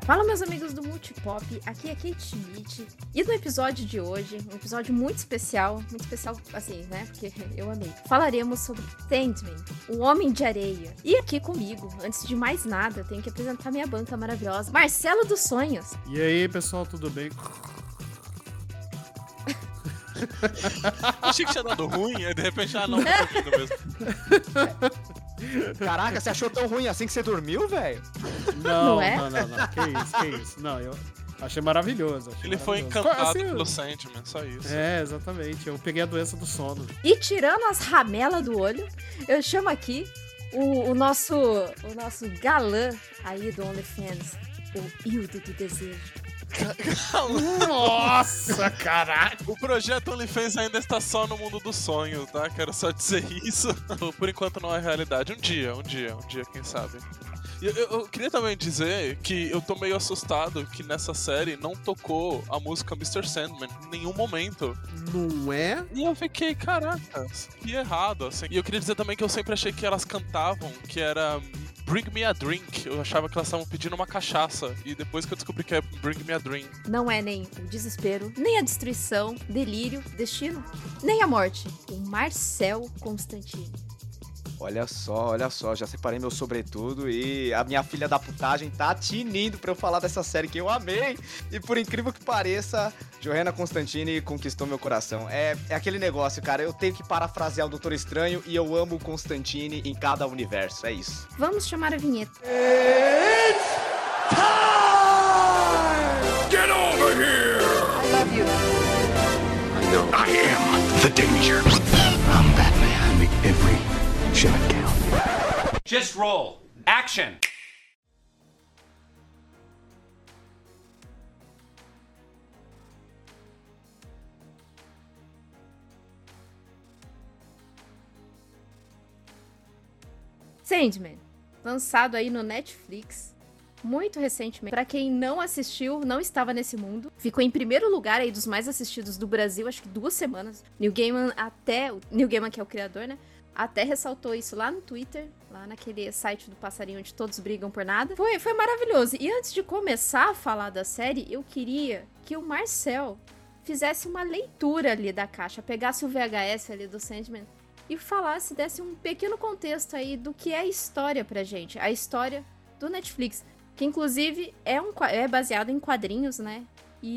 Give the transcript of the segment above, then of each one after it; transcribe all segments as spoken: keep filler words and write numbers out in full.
Fala, meus amigos do Multipop, aqui é Kate Schmidt, e no episódio de hoje, um episódio muito especial, muito especial assim, né, porque eu amei, falaremos sobre Sandman, o Homem de Areia. E aqui comigo, antes de mais nada, eu tenho que apresentar minha banca maravilhosa, Marcelo dos Sonhos. E aí, pessoal, tudo bem? Achei que tinha dado ruim, aí de repente, ah, não, tá ouvindo mesmo. Caraca, você achou tão ruim assim que você dormiu, velho? Não, Não é? não, não, não, que isso, que isso. Não, eu achei maravilhoso. Achei Ele foi maravilhoso. encantado Assim, pelo Sandman, só isso. É, exatamente. Eu peguei a doença do sono. E tirando as ramelas do olho, eu chamo aqui o, o, nosso, o nosso galã aí do OnlyFans, o Hildo do Desejo. Nossa, caralho! O projeto OnlyFans ainda está só no mundo dos sonhos, tá? Quero só dizer isso. Por enquanto não é realidade. Um dia, um dia, um dia, quem sabe. E eu, eu, eu queria também dizer que eu tô meio assustado que nessa série não tocou a música mister Sandman em nenhum momento. Não é? E eu fiquei, caraca, que errado, assim. E eu queria dizer também que eu sempre achei que elas cantavam, que era Bring Me a Drink. Eu achava que elas estavam pedindo uma cachaça. E depois que eu descobri que é Bring Me a Drink. Não é nem o desespero, nem a destruição, delírio, destino, nem a morte. O Marcel Constantini. Olha só, olha só, já separei meu sobretudo e a minha filha da putagem tá tinindo pra eu falar dessa série que eu amei. E por incrível que pareça, Johanna Constantini conquistou meu coração. É, é aquele negócio, cara, eu tenho que parafrasear o Doutor Estranho e eu amo Constantine em cada universo, é isso. Vamos chamar a vinheta. It's time! Get over here! I love you. I know. I am the danger. I'm Batman. I make every shot count. Just roll. Action. Sandman, lançado aí no Netflix, muito recentemente. Pra quem não assistiu, não estava nesse mundo. Ficou em primeiro lugar aí dos mais assistidos do Brasil, acho que duas semanas. Neil Gaiman até... O Neil Gaiman, que é o criador, né? Até ressaltou isso lá no Twitter, lá naquele site do passarinho onde todos brigam por nada. Foi, foi maravilhoso. E antes de começar a falar da série, eu queria que o Marcel fizesse uma leitura ali da caixa, pegasse o V H S ali do Sandman e falasse, desse um pequeno contexto aí do que é a história pra gente. A história do Netflix, que inclusive é, um, é baseado em quadrinhos, né?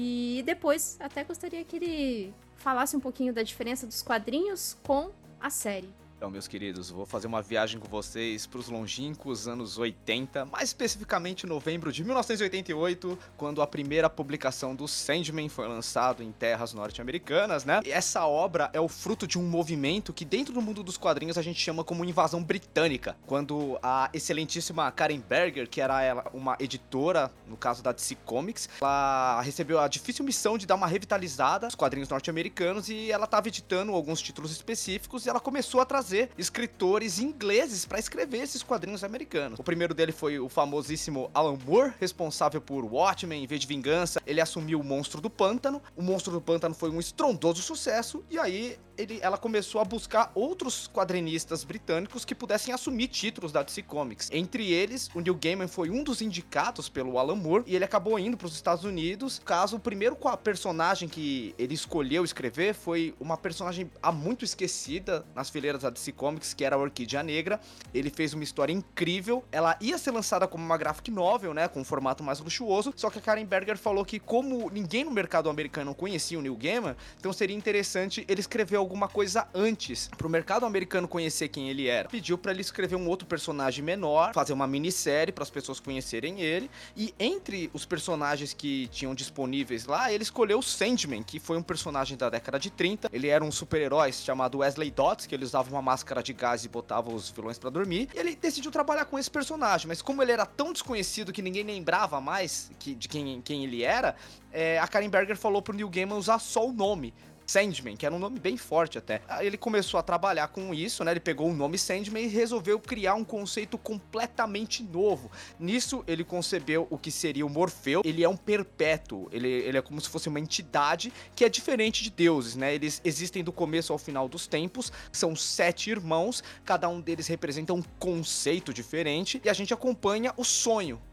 E depois até gostaria que ele falasse um pouquinho da diferença dos quadrinhos com a série. Então, meus queridos, vou fazer uma viagem com vocês para os longínquos anos oitenta, mais especificamente novembro de mil novecentos e oitenta e oito, quando a primeira publicação do Sandman foi lançado em terras norte-americanas, né? E essa obra é o fruto de um movimento que dentro do mundo dos quadrinhos a gente chama como invasão britânica, quando a excelentíssima Karen Berger, que era ela, uma editora, no caso da D C Comics, ela recebeu a difícil missão de dar uma revitalizada nos quadrinhos norte-americanos e ela estava editando alguns títulos específicos e ela começou a trazer escritores ingleses para escrever esses quadrinhos americanos. O primeiro dele foi o famosíssimo Alan Moore, responsável por Watchmen, V de Vingança. Ele assumiu o Monstro do Pântano. O Monstro do Pântano foi um estrondoso sucesso e aí ele, ela começou a buscar outros quadrinistas britânicos que pudessem assumir títulos da D C Comics. Entre eles, o Neil Gaiman foi um dos indicados pelo Alan Moore e ele acabou indo para os Estados Unidos. Caso o primeiro personagem que ele escolheu escrever foi uma personagem há muito esquecida nas fileiras da D C Comics, que era a Orquídea Negra. Ele fez uma história incrível. Ela ia ser lançada como uma graphic novel, né, com um formato mais luxuoso, só que a Karen Berger falou que como ninguém no mercado americano conhecia o Neil Gaiman, então seria interessante ele escrever alguma coisa antes, pro mercado americano conhecer quem ele era. Pediu pra ele escrever um outro personagem menor, fazer uma minissérie para as pessoas conhecerem ele, e entre os personagens que tinham disponíveis lá, ele escolheu o Sandman, que foi um personagem da década de trinta. Ele era um super-herói chamado Wesley Dodds, que ele usava uma máscara de gás e botava os vilões pra dormir, e ele decidiu trabalhar com esse personagem, mas como ele era tão desconhecido que ninguém lembrava mais que, de quem, quem ele era, é, a Karen Berger falou pro Neil Gaiman usar só o nome Sandman, que era um nome bem forte até. Aí ele começou a trabalhar com isso, né? Ele pegou o nome Sandman e resolveu criar um conceito completamente novo. Nisso, ele concebeu o que seria o Morfeu. Ele é um perpétuo, ele, ele é como se fosse uma entidade que é diferente de deuses, né? Eles existem do começo ao final dos tempos, são sete irmãos, cada um deles representa um conceito diferente, e a gente acompanha o sonho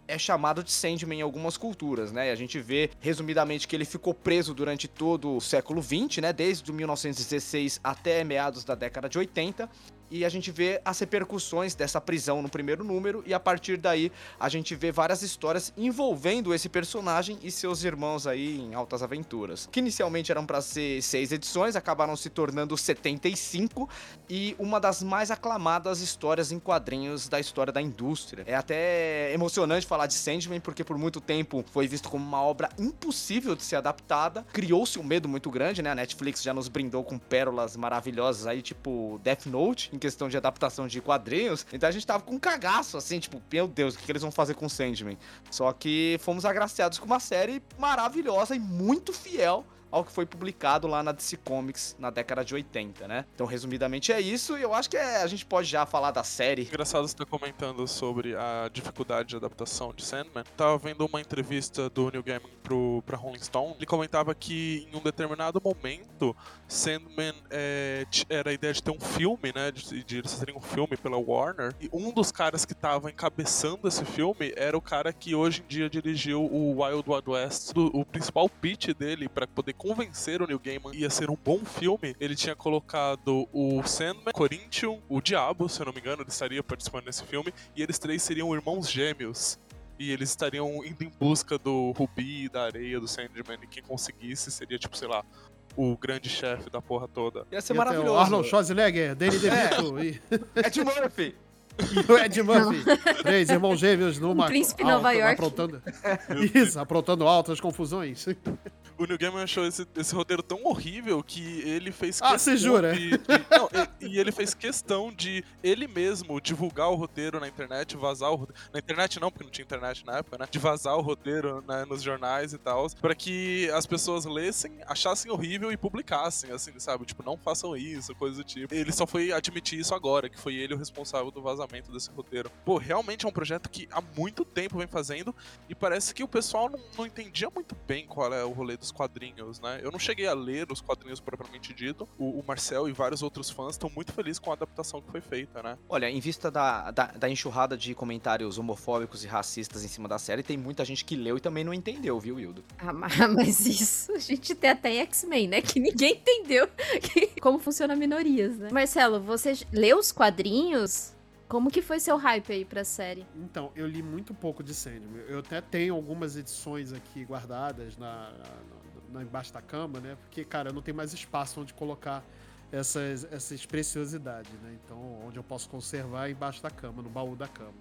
é chamado de Sandman em algumas culturas, né? E a gente vê, resumidamente, que ele ficou preso durante todo o século vinte, né? Desde mil novecentos e dezesseis até meados da década de oitenta. E a gente vê as repercussões dessa prisão no primeiro número, e a partir daí a gente vê várias histórias envolvendo esse personagem e seus irmãos aí em altas aventuras. Que inicialmente eram para ser seis edições, acabaram se tornando setenta e cinco, e uma das mais aclamadas histórias em quadrinhos da história da indústria. É até emocionante falar de Sandman, porque por muito tempo foi visto como uma obra impossível de ser adaptada. Criou-se um medo muito grande, né? A Netflix já nos brindou com pérolas maravilhosas aí, tipo Death Note, em questão de adaptação de quadrinhos. Então a gente tava com um cagaço, assim, tipo, meu Deus, o que, que eles vão fazer com Sandman? Só que fomos agraciados com uma série maravilhosa e muito fiel ao que foi publicado lá na D C Comics na década de oitenta, né? Então, resumidamente é isso, e eu acho que é, a gente pode já falar da série. Engraçado você estar comentando sobre a dificuldade de adaptação de Sandman. Tava vendo uma entrevista do Neil Gaiman pro, pra Rolling Stone. Ele comentava que em um determinado momento Sandman é, era a ideia de ter um filme, né? De, de eles fazerem um filme pela Warner. E um dos caras que tava encabeçando esse filme era o cara que hoje em dia dirigiu o Wild Wild West. O, o principal pitch dele para poder convencer o Neil Gaiman ia ser um bom filme, ele tinha colocado o Sandman, Corinthian, o Diabo, se eu não me engano, ele estaria participando desse filme, e eles três seriam irmãos gêmeos. E eles estariam indo em busca do Rubi, da areia, do Sandman, e quem conseguisse seria, tipo, sei lá, o grande chefe da porra toda. Ia ser Ia ter maravilhoso. o Arnold Schwarzenegger, Danny DeVito é. e... Ed Murphy. E o Ed Murphy. Três irmãos gêmeos numa... Um príncipe alta, Nova York. Aprontando... Isso, aprontando altas confusões. O Neil Gaiman achou esse, esse roteiro tão horrível que ele fez Ah, questão você jura? de... de não, e, e ele fez questão de ele mesmo divulgar o roteiro na internet, vazar o roteiro... Na internet não, porque não tinha internet na época, né? De vazar o roteiro, né, nos jornais e tal, pra que as pessoas lessem, achassem horrível e publicassem, assim, sabe? Tipo, não façam isso, coisa do tipo. Ele só foi admitir isso agora, que foi ele o responsável do vazamento desse roteiro. Pô, realmente é um projeto que há muito tempo vem fazendo, e parece que o pessoal não, não entendia muito bem qual é o rolê dos quadrinhos, né? Eu não cheguei a ler os quadrinhos propriamente dito. O, o Marcel e vários outros fãs estão muito felizes com a adaptação que foi feita, né? Olha, em vista da, da, da enxurrada de comentários homofóbicos e racistas em cima da série, tem muita gente que leu e também não entendeu, viu, Hildo? Ah, mas isso a gente tem até em X-Men, né? Que ninguém entendeu como funciona minorias, né? Marcelo, você leu os quadrinhos? Como que foi seu hype aí pra série? Então, eu li muito pouco de Sandman. Eu até tenho algumas edições aqui guardadas na, na, na embaixo da cama, né? Porque, cara, eu não tenho mais espaço onde colocar essas, essas preciosidades, né? Então, onde eu posso conservar é embaixo da cama, no baú da cama.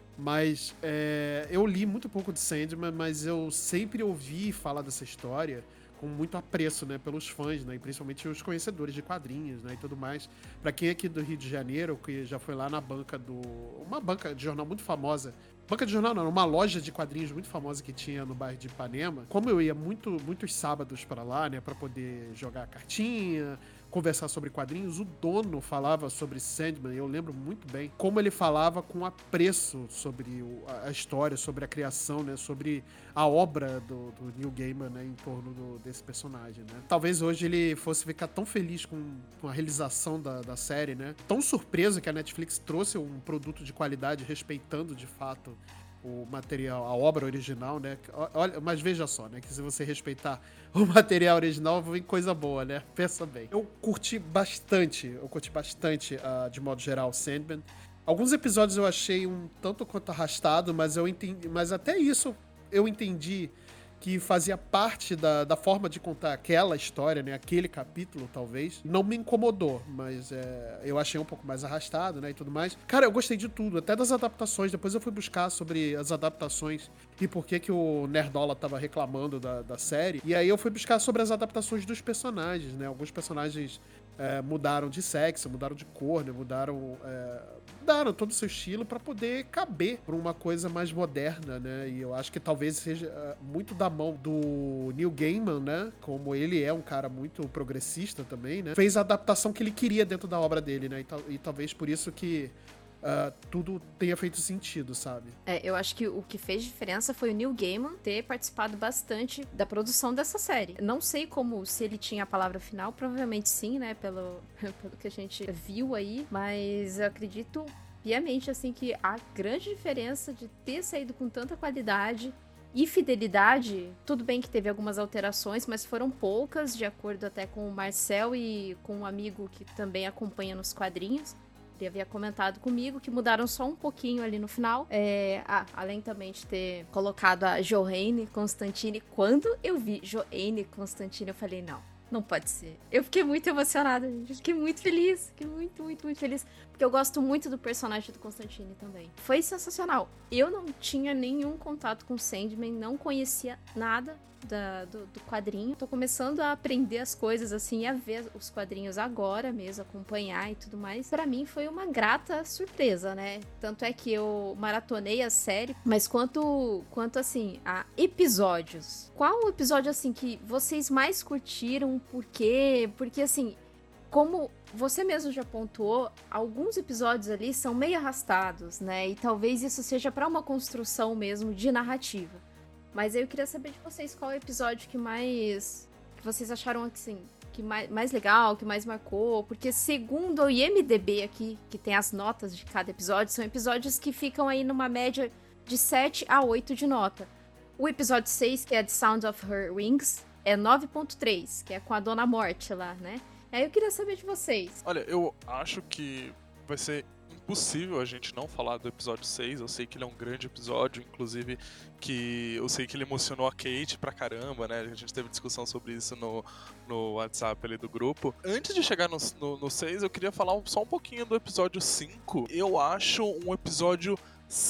Mas é, eu li muito pouco de Sandman, mas eu sempre ouvi falar dessa história com muito apreço, né, pelos fãs, né, e principalmente os conhecedores de quadrinhos, né, e tudo mais. Pra quem é aqui do Rio de Janeiro, que já foi lá na banca do... uma banca de jornal muito famosa, banca de jornal não, uma loja de quadrinhos muito famosa que tinha no bairro de Ipanema. Como eu ia muito, muitos sábados pra lá, né, pra poder jogar cartinha, conversar sobre quadrinhos, o dono falava sobre Sandman, eu lembro muito bem como ele falava com apreço sobre o, a história, sobre a criação, né, sobre a obra do, do Neil Gaiman, né, em torno do, desse personagem, né. Talvez hoje ele fosse ficar tão feliz com, com a realização da, da série, né, tão surpreso que a Netflix trouxe um produto de qualidade, respeitando de fato o material, a obra original, né? Olha, mas veja só, né? Que se você respeitar o material original, vem coisa boa, né? Pensa bem. Eu curti bastante, eu curti bastante, uh, de modo geral, Sandman. Alguns episódios eu achei um tanto quanto arrastado, mas eu entendi, mas até isso eu entendi que fazia parte da, da forma de contar aquela história, né? Aquele capítulo, talvez. Não me incomodou, mas é, eu achei um pouco mais arrastado, né? E tudo mais. Cara, eu gostei de tudo, até das adaptações. Depois eu fui buscar sobre as adaptações e por que que o Nerdola tava reclamando da, da série. E aí eu fui buscar sobre as adaptações dos personagens, né? Alguns personagens é, mudaram de sexo, mudaram de cor, né? Mudaram... É, mudaram todo o seu estilo para poder caber pra uma coisa mais moderna, né? E eu acho que talvez seja uh, muito da mão do Neil Gaiman, né? Como ele é um cara muito progressista também, né? Fez a adaptação que ele queria dentro da obra dele, né? E, tal, e talvez por isso que Uh, tudo tenha feito sentido, sabe? É, eu acho que o que fez diferença foi o Neil Gaiman ter participado bastante da produção dessa série. Não sei como, se ele tinha a palavra final, provavelmente sim, né, pelo, pelo que a gente viu aí, mas eu acredito piamente, assim, que a grande diferença de ter saído com tanta qualidade e fidelidade, tudo bem que teve algumas alterações, mas foram poucas, de acordo até com o Marcel e com um amigo que também acompanha nos quadrinhos. Ele havia comentado comigo que mudaram só um pouquinho ali no final. É, ah, além também de ter colocado a Joanne Constantine. Quando eu vi Joanne Constantine, eu falei, não, não pode ser. Eu fiquei muito emocionada, gente. Eu fiquei muito feliz. Fiquei muito, muito, muito feliz. Porque eu gosto muito do personagem do Constantine também. Foi sensacional. Eu não tinha nenhum contato com o Sandman, não conhecia nada Da, do, do quadrinho. Tô começando a aprender as coisas, assim, a ver os quadrinhos agora mesmo, acompanhar e tudo mais. Pra mim foi uma grata surpresa, né? Tanto é que eu maratonei a série, mas quanto, quanto assim, a episódios. Qual o episódio, assim, que vocês mais curtiram? Por quê? Porque, assim, como você mesmo já pontuou, alguns episódios ali são meio arrastados, né? E talvez isso seja pra uma construção mesmo de narrativa. Mas eu queria saber de vocês qual é o episódio que mais... que vocês acharam, assim, que mais, mais legal, que mais marcou. Porque segundo o I M D B aqui, que tem as notas de cada episódio, são episódios que ficam aí numa média de sete a oito de nota. O episódio seis, que é The Sound of Her Wings, é nove ponto três, que é com a Dona Morte lá, né? Aí eu queria saber de vocês. Olha, eu acho que vai ser impossível a gente não falar do episódio seis. Eu sei que ele é um grande episódio, inclusive que eu sei que ele emocionou a Kate pra caramba, né? A gente teve discussão sobre isso no, no WhatsApp ali do grupo. Antes de chegar no, no, no seis, eu queria falar um, só um pouquinho do episódio cinco. Eu acho um episódio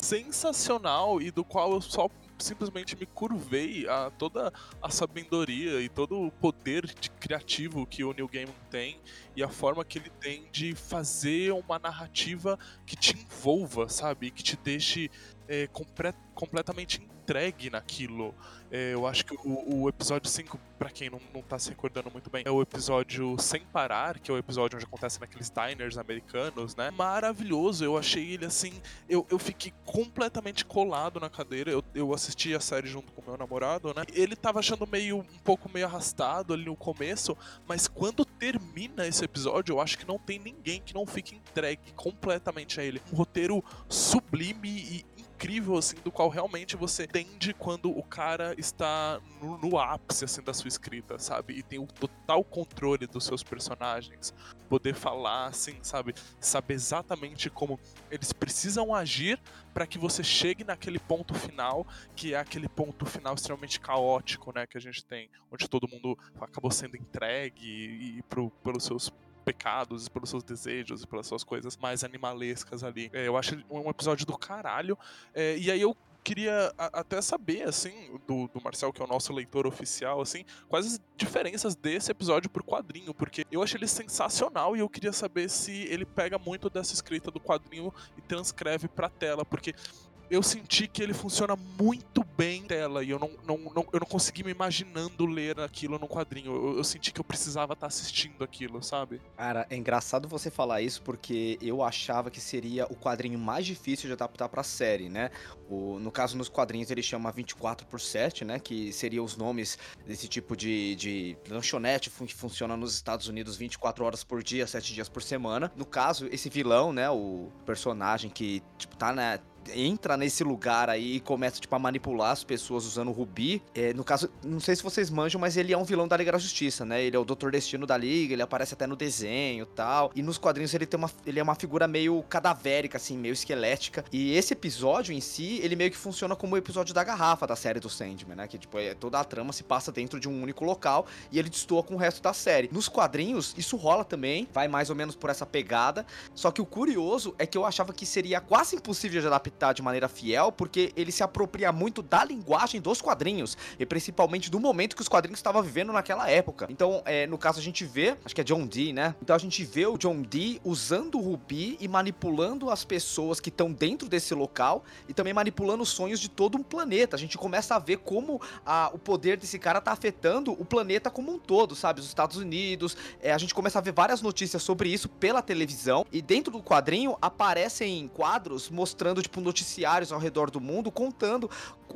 sensacional e do qual eu só simplesmente me curvei a toda a sabedoria e todo o poder de criativo que o Neil Gaiman tem e a forma que ele tem de fazer uma narrativa que te envolva, sabe? Que te deixe é, compre- completamente entregue naquilo. É, eu acho que o, o episódio cinco, pra quem não, não tá se recordando muito bem, é o episódio Sem Parar, que é o episódio onde acontece naqueles diners americanos, né? Maravilhoso, eu achei ele assim, eu, eu fiquei completamente colado na cadeira, eu, eu assisti a série junto com o meu namorado, né? Ele tava achando meio, um pouco meio arrastado ali no começo, mas quando termina esse episódio, eu acho que não tem ninguém que não fique entregue completamente a ele. Um roteiro sublime e incrível, assim, do qual realmente você entende quando o cara está no, no ápice, assim, da sua escrita, sabe? E tem o total controle dos seus personagens. Poder falar, assim, sabe? Saber exatamente como eles precisam agir para que você chegue naquele ponto final, que é aquele ponto final extremamente caótico, né? Que a gente tem, onde todo mundo acabou sendo entregue e, e pro, pelos seus pecados, pelos seus desejos e pelas suas coisas mais animalescas ali. É, eu acho um episódio do caralho. É, e aí eu queria a, até saber, assim, do, do Marcel, que é o nosso leitor oficial, assim, quais as diferenças desse episódio pro quadrinho, porque eu achei ele sensacional e eu queria saber se ele pega muito dessa escrita do quadrinho e transcreve pra tela, porque eu senti que ele funciona muito bem na tela e eu não, não, não, eu não consegui me imaginando ler aquilo no quadrinho. Eu, eu senti que eu precisava estar assistindo aquilo, sabe? Cara, é engraçado você falar isso porque eu achava que seria o quadrinho mais difícil de adaptar pra série, né? O, no caso, nos quadrinhos ele chama vinte e quatro por sete, né? Que seriam os nomes desse tipo de, de lanchonete que funciona nos Estados Unidos vinte e quatro horas por dia, sete dias por semana. No caso, esse vilão, né? O personagem que, tipo, tá, né? entra nesse lugar aí e começa, tipo, a manipular as pessoas usando o Rubi. É, no caso, não sei se vocês manjam, mas ele é um vilão da Liga da Justiça, né? Ele é o doutor Destino da Liga, ele aparece até no desenho e tal. E nos quadrinhos ele, tem uma, ele é uma figura meio cadavérica, assim, meio esquelética. E esse episódio em si, ele meio que funciona como o episódio da garrafa da série do Sandman, né? Que, tipo, é, toda a trama se passa dentro de um único local e ele destoa com o resto da série. Nos quadrinhos, isso rola também, vai mais ou menos por essa pegada. Só que o curioso é que eu achava que seria quase impossível de adaptar de maneira fiel, porque ele se apropria muito da linguagem dos quadrinhos, e principalmente do momento que os quadrinhos estavam vivendo naquela época. Então, é, no caso, a gente vê, acho que é John Dee, né? Então a gente vê o John Dee usando o Rubi e manipulando as pessoas que estão dentro desse local, e também manipulando os sonhos de todo um planeta. A gente começa a ver como a, o poder desse cara tá afetando o planeta como um todo, sabe? Os Estados Unidos, é, a gente começa a ver várias notícias sobre isso pela televisão, e dentro do quadrinho aparecem quadros mostrando, tipo, noticiários ao redor do mundo, contando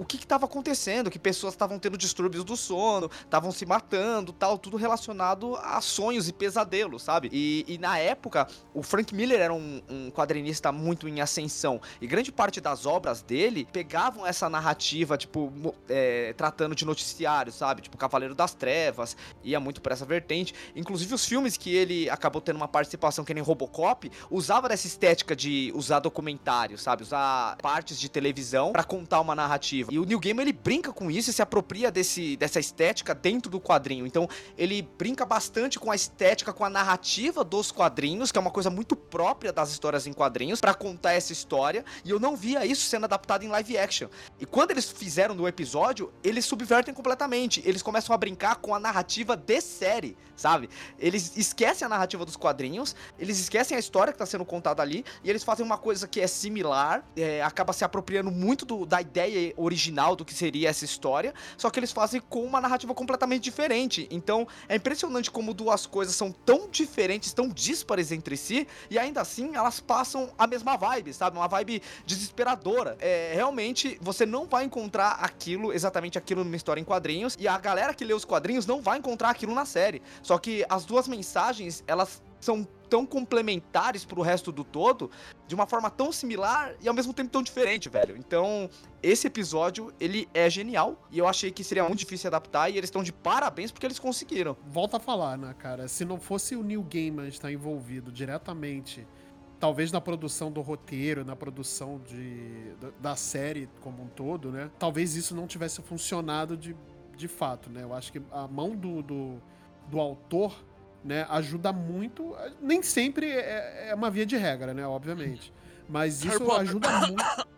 o que estava acontecendo, que pessoas estavam tendo distúrbios do sono, estavam se matando, tal, tudo relacionado a sonhos e pesadelos, sabe? E, e na época, o Frank Miller era um, um quadrinista muito em ascensão, e grande parte das obras dele pegavam essa narrativa, tipo, é, tratando de noticiário, sabe? Tipo, Cavaleiro das Trevas, ia muito por essa vertente. Inclusive, os filmes que ele acabou tendo uma participação, que nem Robocop, usava dessa estética de usar documentários, sabe? Usar partes de televisão pra contar uma narrativa. E o Neil Gaiman, ele brinca com isso e se apropria desse, dessa estética dentro do quadrinho. Então, ele brinca bastante com a estética, com a narrativa dos quadrinhos, que é uma coisa muito própria das histórias em quadrinhos, pra contar essa história. E eu não via isso sendo adaptado em live action. E quando eles fizeram no episódio, eles subvertem completamente. Eles começam a brincar com a narrativa de série, sabe? Eles esquecem a narrativa dos quadrinhos, eles esquecem a história que tá sendo contada ali, e eles fazem uma coisa que é similar, é, acaba se apropriando muito do, da ideia original do que seria essa história, só que eles fazem com uma narrativa completamente diferente. Então, é impressionante como duas coisas são tão diferentes, tão díspares entre si, e ainda assim, elas passam a mesma vibe, sabe? Uma vibe desesperadora. É, realmente, você não vai encontrar aquilo, exatamente aquilo numa história em quadrinhos, e a galera que lê os quadrinhos não vai encontrar aquilo na série. Só que as duas mensagens, elas são tão complementares pro resto do todo, de uma forma tão similar e ao mesmo tempo tão diferente, velho. Então, esse episódio, ele é genial, e eu achei que seria muito difícil adaptar, e eles estão de parabéns porque eles conseguiram. Volta a falar, né, cara? Se não fosse o Neil Gaiman estar envolvido diretamente, talvez na produção do roteiro, na produção de, da série como um todo, né? Talvez isso não tivesse funcionado de, de fato, né? Eu acho que a mão do, do, do autor, né, ajuda muito. Nem sempre é, é uma via de regra, né? Obviamente. Mas isso ajuda muito.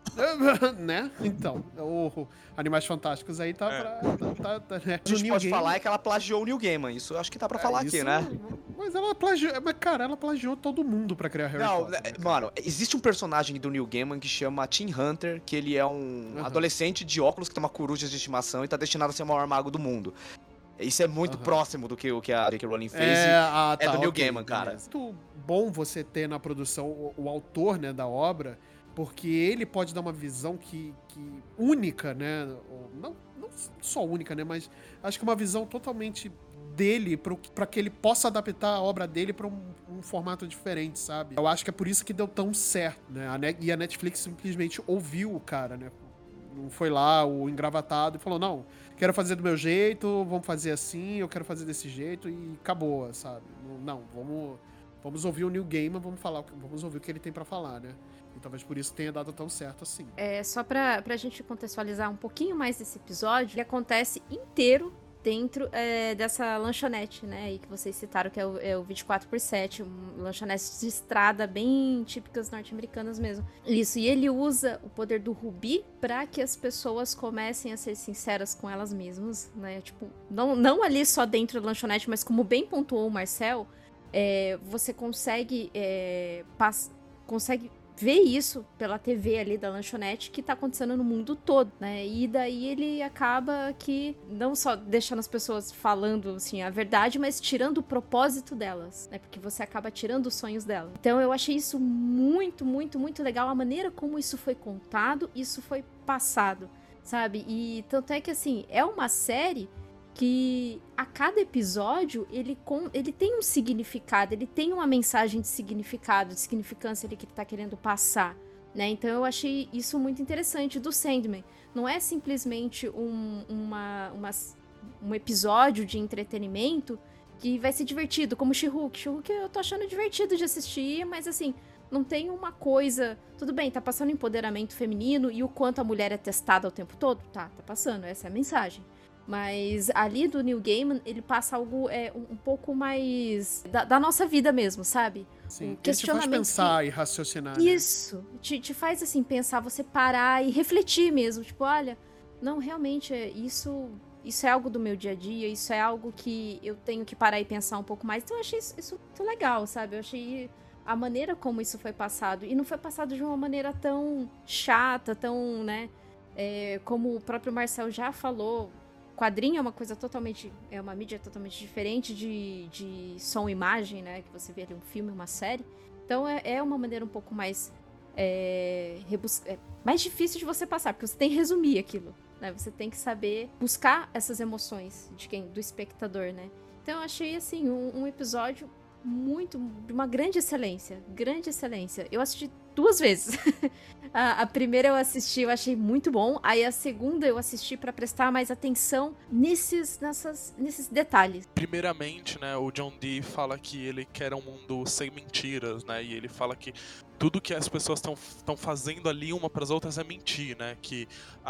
Né? Então, o Animais Fantásticos aí tá É. pra. Tá, tá, tá, né? A gente No pode Neil falar Gaiman, é que ela plagiou o Neil Gaiman, isso eu acho que dá pra é, falar isso- aqui, né? Mas ela plagiou. Mas, cara, ela plagiou todo mundo pra criar Harry Não, Potter. né, né, cara? mano, existe um personagem do Neil Gaiman que chama Tim Hunter, que ele é um Aham. adolescente de óculos que tem uma coruja de estimação e tá destinado a ser o maior mago do mundo. Isso é muito Aham. próximo do que, o que a J K. Rowling fez. É, e- ah, é tá, do Neil ok, Gaiman, cara. beleza. Muito bom você ter na produção o, o autor, né, da obra, porque ele pode dar uma visão que, que única, né? ou Não, não só única, né? Mas acho que uma visão totalmente dele para que ele possa adaptar a obra dele para um, um formato diferente, sabe? Eu acho que é por isso que deu tão certo, né? A Ne- e a Netflix simplesmente ouviu o cara, né? Não foi lá o engravatado e falou, não, quero fazer do meu jeito, vamos fazer assim, eu quero fazer desse jeito e acabou, sabe? Não, vamos, vamos ouvir o Neil Gaiman, vamos falar, vamos ouvir o que ele tem pra falar, né? E talvez por isso tenha dado tão certo assim. É, só pra, pra gente contextualizar um pouquinho mais desse episódio, ele acontece inteiro dentro é, dessa lanchonete, né, aí que vocês citaram, que é o, é o vinte e quatro por sete, um lanchonete de estrada bem típicas norte-americanas mesmo. Isso, e ele usa o poder do Rubi pra que as pessoas comecem a ser sinceras com elas mesmas, né, tipo, não, não ali só dentro da lanchonete, mas como bem pontuou o Marcel, é, você consegue, é, pass- consegue ver isso pela T V ali da lanchonete que tá acontecendo no mundo todo, né? E daí ele acaba que não só deixando as pessoas falando, assim, a verdade, mas tirando o propósito delas, né? Porque você acaba tirando os sonhos delas. Então eu achei isso muito, muito, muito legal. A maneira como isso foi contado, isso foi passado, sabe? E tanto é que, assim, é uma série que a cada episódio ele, com, ele tem um significado, ele tem uma mensagem de significado, de significância ali que ele tá querendo passar, né? Então eu achei isso muito interessante do Sandman. Não é simplesmente um, uma, uma, um episódio de entretenimento que vai ser divertido, como She-Hulk. She-Hulk eu tô achando divertido de assistir, mas assim, não tem uma coisa... Tudo bem, tá passando empoderamento feminino e o quanto a mulher é testada o tempo todo? Tá, tá passando, essa é a mensagem. Mas ali do Neil Gaiman, ele passa algo é, um, um pouco mais da, da nossa vida mesmo, sabe? Sim, Um ele te faz questionamento pensar que- e raciocinar, né? Isso, te, te faz assim, pensar, você parar e refletir mesmo. Tipo, olha, não, realmente, é, isso, isso é algo do meu dia a dia, isso é algo que eu tenho que parar e pensar um pouco mais. Então eu achei isso, isso muito legal, sabe? Eu achei a maneira como isso foi passado. E não foi passado de uma maneira tão chata, tão, né? É, como o próprio Marcel já falou, quadrinho é uma coisa totalmente, é uma mídia totalmente diferente de, de som e imagem, né, que você vê ali um filme, uma série, então é, é uma maneira um pouco mais é, rebus- é, mais difícil de você passar, porque você tem que resumir aquilo, né? Você tem que saber buscar essas emoções de quem? Do espectador, né? Então eu achei, assim, um, um episódio muito, de uma grande excelência, grande excelência. Eu assisti duas vezes. a, a primeira eu assisti, eu achei muito bom. Aí a segunda eu assisti pra prestar mais atenção nesses, nessas, nesses detalhes. Primeiramente, né, o John Dee fala que ele quer um mundo sem mentiras, né, e ele fala que tudo que as pessoas estão fazendo ali uma para as outras é mentir, né, que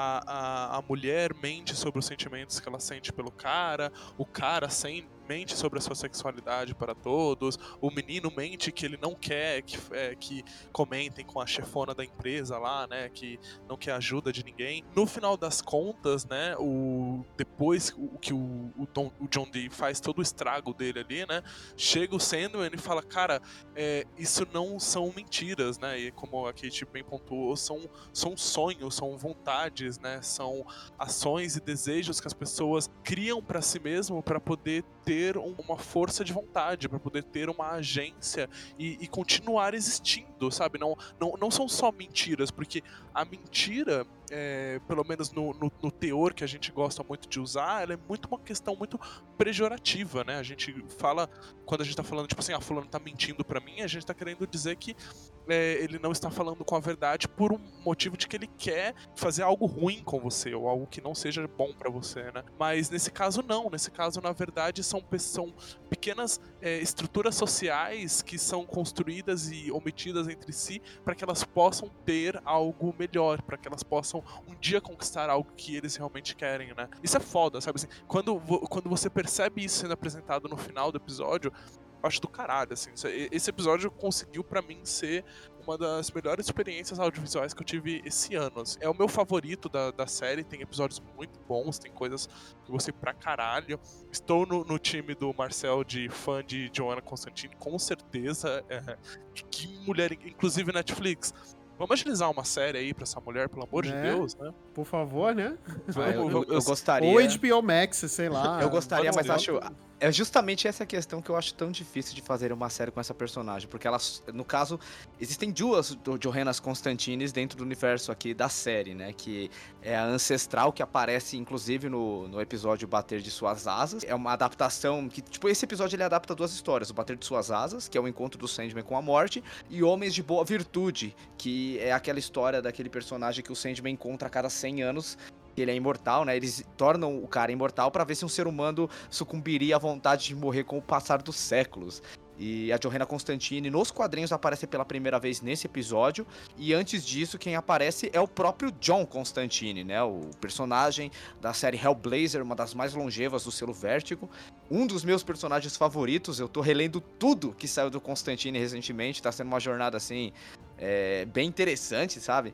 a, a, a mulher mente sobre os sentimentos que ela sente pelo cara, o cara sem, mente sobre a sua sexualidade para todos, o menino mente que ele não quer que, é, que comentem com a chefona da empresa lá, né, que não quer ajuda de ninguém. No final das contas, né, o, depois o, que o, o, Don, o John Dee faz todo o estrago dele ali, né, chega o Sandman e fala, cara, é, isso não são mentiras, né, e como a Kate bem pontuou, são, são sonhos, são vontades, né, são ações e desejos que as pessoas criam para si mesmo para poder ter uma força de vontade, para poder ter uma agência e, e continuar existindo, sabe? Não, não, não são só mentiras, porque a mentira, é, pelo menos no, no, no teor que a gente gosta muito de usar, ela é muito uma questão muito pejorativa, né? A gente fala, quando a gente tá falando, tipo assim, ah, fulano tá mentindo pra mim, a gente tá querendo dizer que é, ele não está falando com a verdade por um motivo de que ele quer fazer algo ruim com você, ou algo que não seja bom pra você, né? Mas nesse caso não, nesse caso, na verdade, são São pequenas é, estruturas sociais que são construídas e omitidas entre si para que elas possam ter algo melhor, para que elas possam um dia conquistar algo que eles realmente querem, né? Isso é foda, sabe assim? Quando, quando você percebe isso sendo apresentado no final do episódio, eu acho do caralho, assim. Esse episódio conseguiu para mim ser uma das melhores experiências audiovisuais que eu tive esse ano. É o meu favorito da, da série, tem episódios muito bons, tem coisas que eu gostei pra caralho. Estou no, no time do Marcel de fã de Johanna Constantine, com certeza. É, que mulher, inclusive Netflix. Vamos agilizar uma série aí pra essa mulher, pelo amor né? de Deus, né? Por favor, né? Ah, eu, eu, eu gostaria... Ou H B O Max, sei lá. Eu gostaria, mas Pode acho... É justamente essa questão que eu acho tão difícil de fazer uma série com essa personagem, porque elas, no caso, existem duas Johannas Constantines dentro do universo aqui da série, né, que é a ancestral, que aparece inclusive no, no episódio Bater de Suas Asas, é uma adaptação, que tipo, esse episódio ele adapta duas histórias, o Bater de Suas Asas, que é o encontro do Sandman com a morte, e Homens de Boa Virtude, que é aquela história daquele personagem que o Sandman encontra a cada cem anos, ele é imortal, né? Eles tornam o cara imortal pra ver se um ser humano sucumbiria à vontade de morrer com o passar dos séculos. E a Johanna Constantine nos quadrinhos aparece pela primeira vez nesse episódio, e antes disso quem aparece é o próprio John Constantine, né, o personagem da série Hellblazer, uma das mais longevas do selo Vértigo, um dos meus personagens favoritos. Eu tô relendo tudo que saiu do Constantine recentemente, tá sendo uma jornada assim, é, bem interessante, sabe?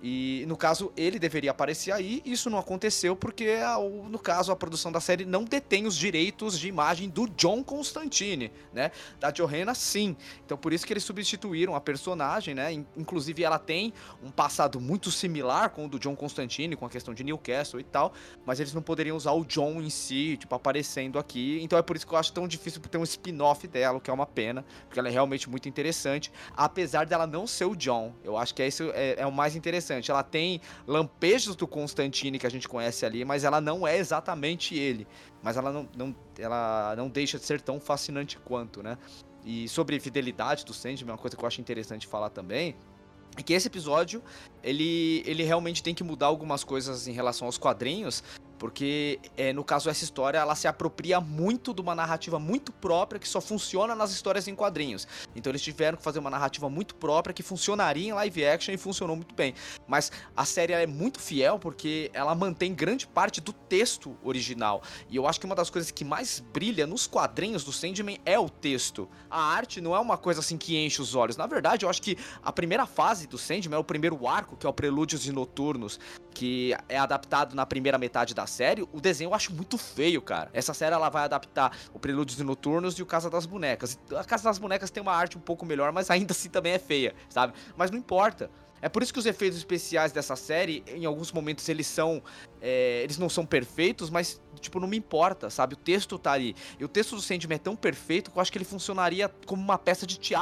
E no caso ele deveria aparecer aí, isso não aconteceu porque no caso a produção da série não detém os direitos de imagem do John Constantine, né? Da Johanna sim, então por isso que eles substituíram a personagem, né? Inclusive ela tem um passado muito similar com o do John Constantine, com a questão de Newcastle e tal, mas eles não poderiam usar o John em si, tipo, aparecendo aqui, então é por isso que eu acho tão difícil ter um spin-off dela, o que é uma pena, porque ela é realmente muito interessante, apesar dela não ser o John. Eu acho que é isso é, é o mais interessante. Ela tem lampejos do Constantine que a gente conhece ali, mas ela não é exatamente ele. Mas ela não, não, ela não deixa de ser tão fascinante quanto, né? E sobre fidelidade do Sandman, uma coisa que eu acho interessante falar também, é que esse episódio, ele, ele realmente tem que mudar algumas coisas em relação aos quadrinhos, porque, é, no caso, essa história, ela se apropria muito de uma narrativa muito própria que só funciona nas histórias em quadrinhos. Então eles tiveram que fazer uma narrativa muito própria que funcionaria em live action e funcionou muito bem. Mas a série é muito fiel porque ela mantém grande parte do texto original. E eu acho que uma das coisas que mais brilha nos quadrinhos do Sandman é o texto. A arte não é uma coisa assim que enche os olhos. Na verdade, eu acho que a primeira fase do Sandman é o primeiro arco, que é o Prelúdios e Noturnos, que é adaptado na primeira metade da série. O desenho eu acho muito feio, cara. Essa série ela vai adaptar o Prelúdios e Noturnos e o Casa das Bonecas. A Casa das Bonecas tem uma arte um pouco melhor, mas ainda assim também é feia, sabe? Mas não importa. É por isso que os efeitos especiais dessa série, em alguns momentos eles são, é, eles não são perfeitos, mas tipo, não me importa, sabe? O texto tá ali. E o texto do Sandman é tão perfeito que eu acho que ele funcionaria como uma peça de teatro,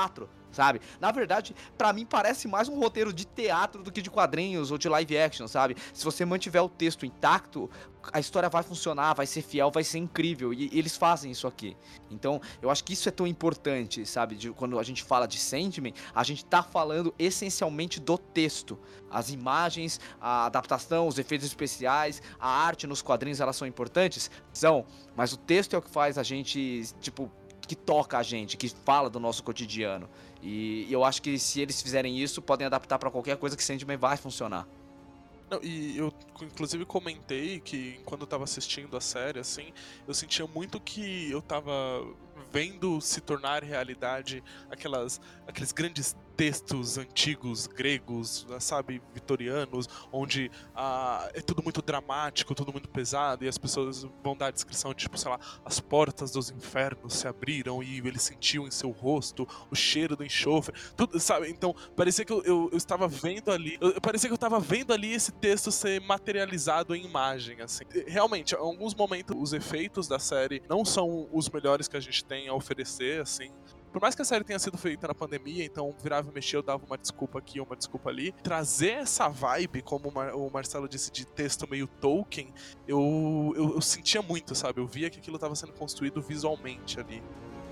sabe? Na verdade, pra mim parece mais um roteiro de teatro do que de quadrinhos ou de live action, sabe? Se você mantiver o texto intacto, a história vai funcionar, vai ser fiel, vai ser incrível, e eles fazem isso aqui. Então, eu acho que isso é tão importante, sabe? De, quando a gente fala de Sandman, a gente tá falando essencialmente do texto. As imagens, a adaptação, os efeitos especiais, a arte nos quadrinhos, elas são importantes? São, mas o texto é o que faz a gente, tipo, que toca a gente, que fala do nosso cotidiano. E eu acho que se eles fizerem isso, podem adaptar pra qualquer coisa que Sandman vai funcionar. Não, e eu, inclusive, comentei que quando eu tava assistindo a série, assim, eu sentia muito que eu tava vendo se tornar realidade aquelas, aqueles grandes textos antigos, gregos, sabe, vitorianos, onde ah, é tudo muito dramático, tudo muito pesado, e as pessoas vão dar a descrição de, tipo, sei lá, as portas dos infernos se abriram e ele sentiu em seu rosto o cheiro do enxofre, tudo, sabe? Então, parecia que eu, eu, eu estava vendo ali, eu, parecia que eu estava vendo ali esse texto ser materializado em imagem, assim. Realmente, em alguns momentos, os efeitos da série não são os melhores que a gente tem a oferecer, assim. Por mais que a série tenha sido feita na pandemia, então virava e mexia, eu dava uma desculpa aqui, uma desculpa ali. Trazer essa vibe, como o, Mar- o Marcelo disse, de texto meio Tolkien, eu, eu, eu sentia muito, sabe? Eu via que aquilo estava sendo construído visualmente ali.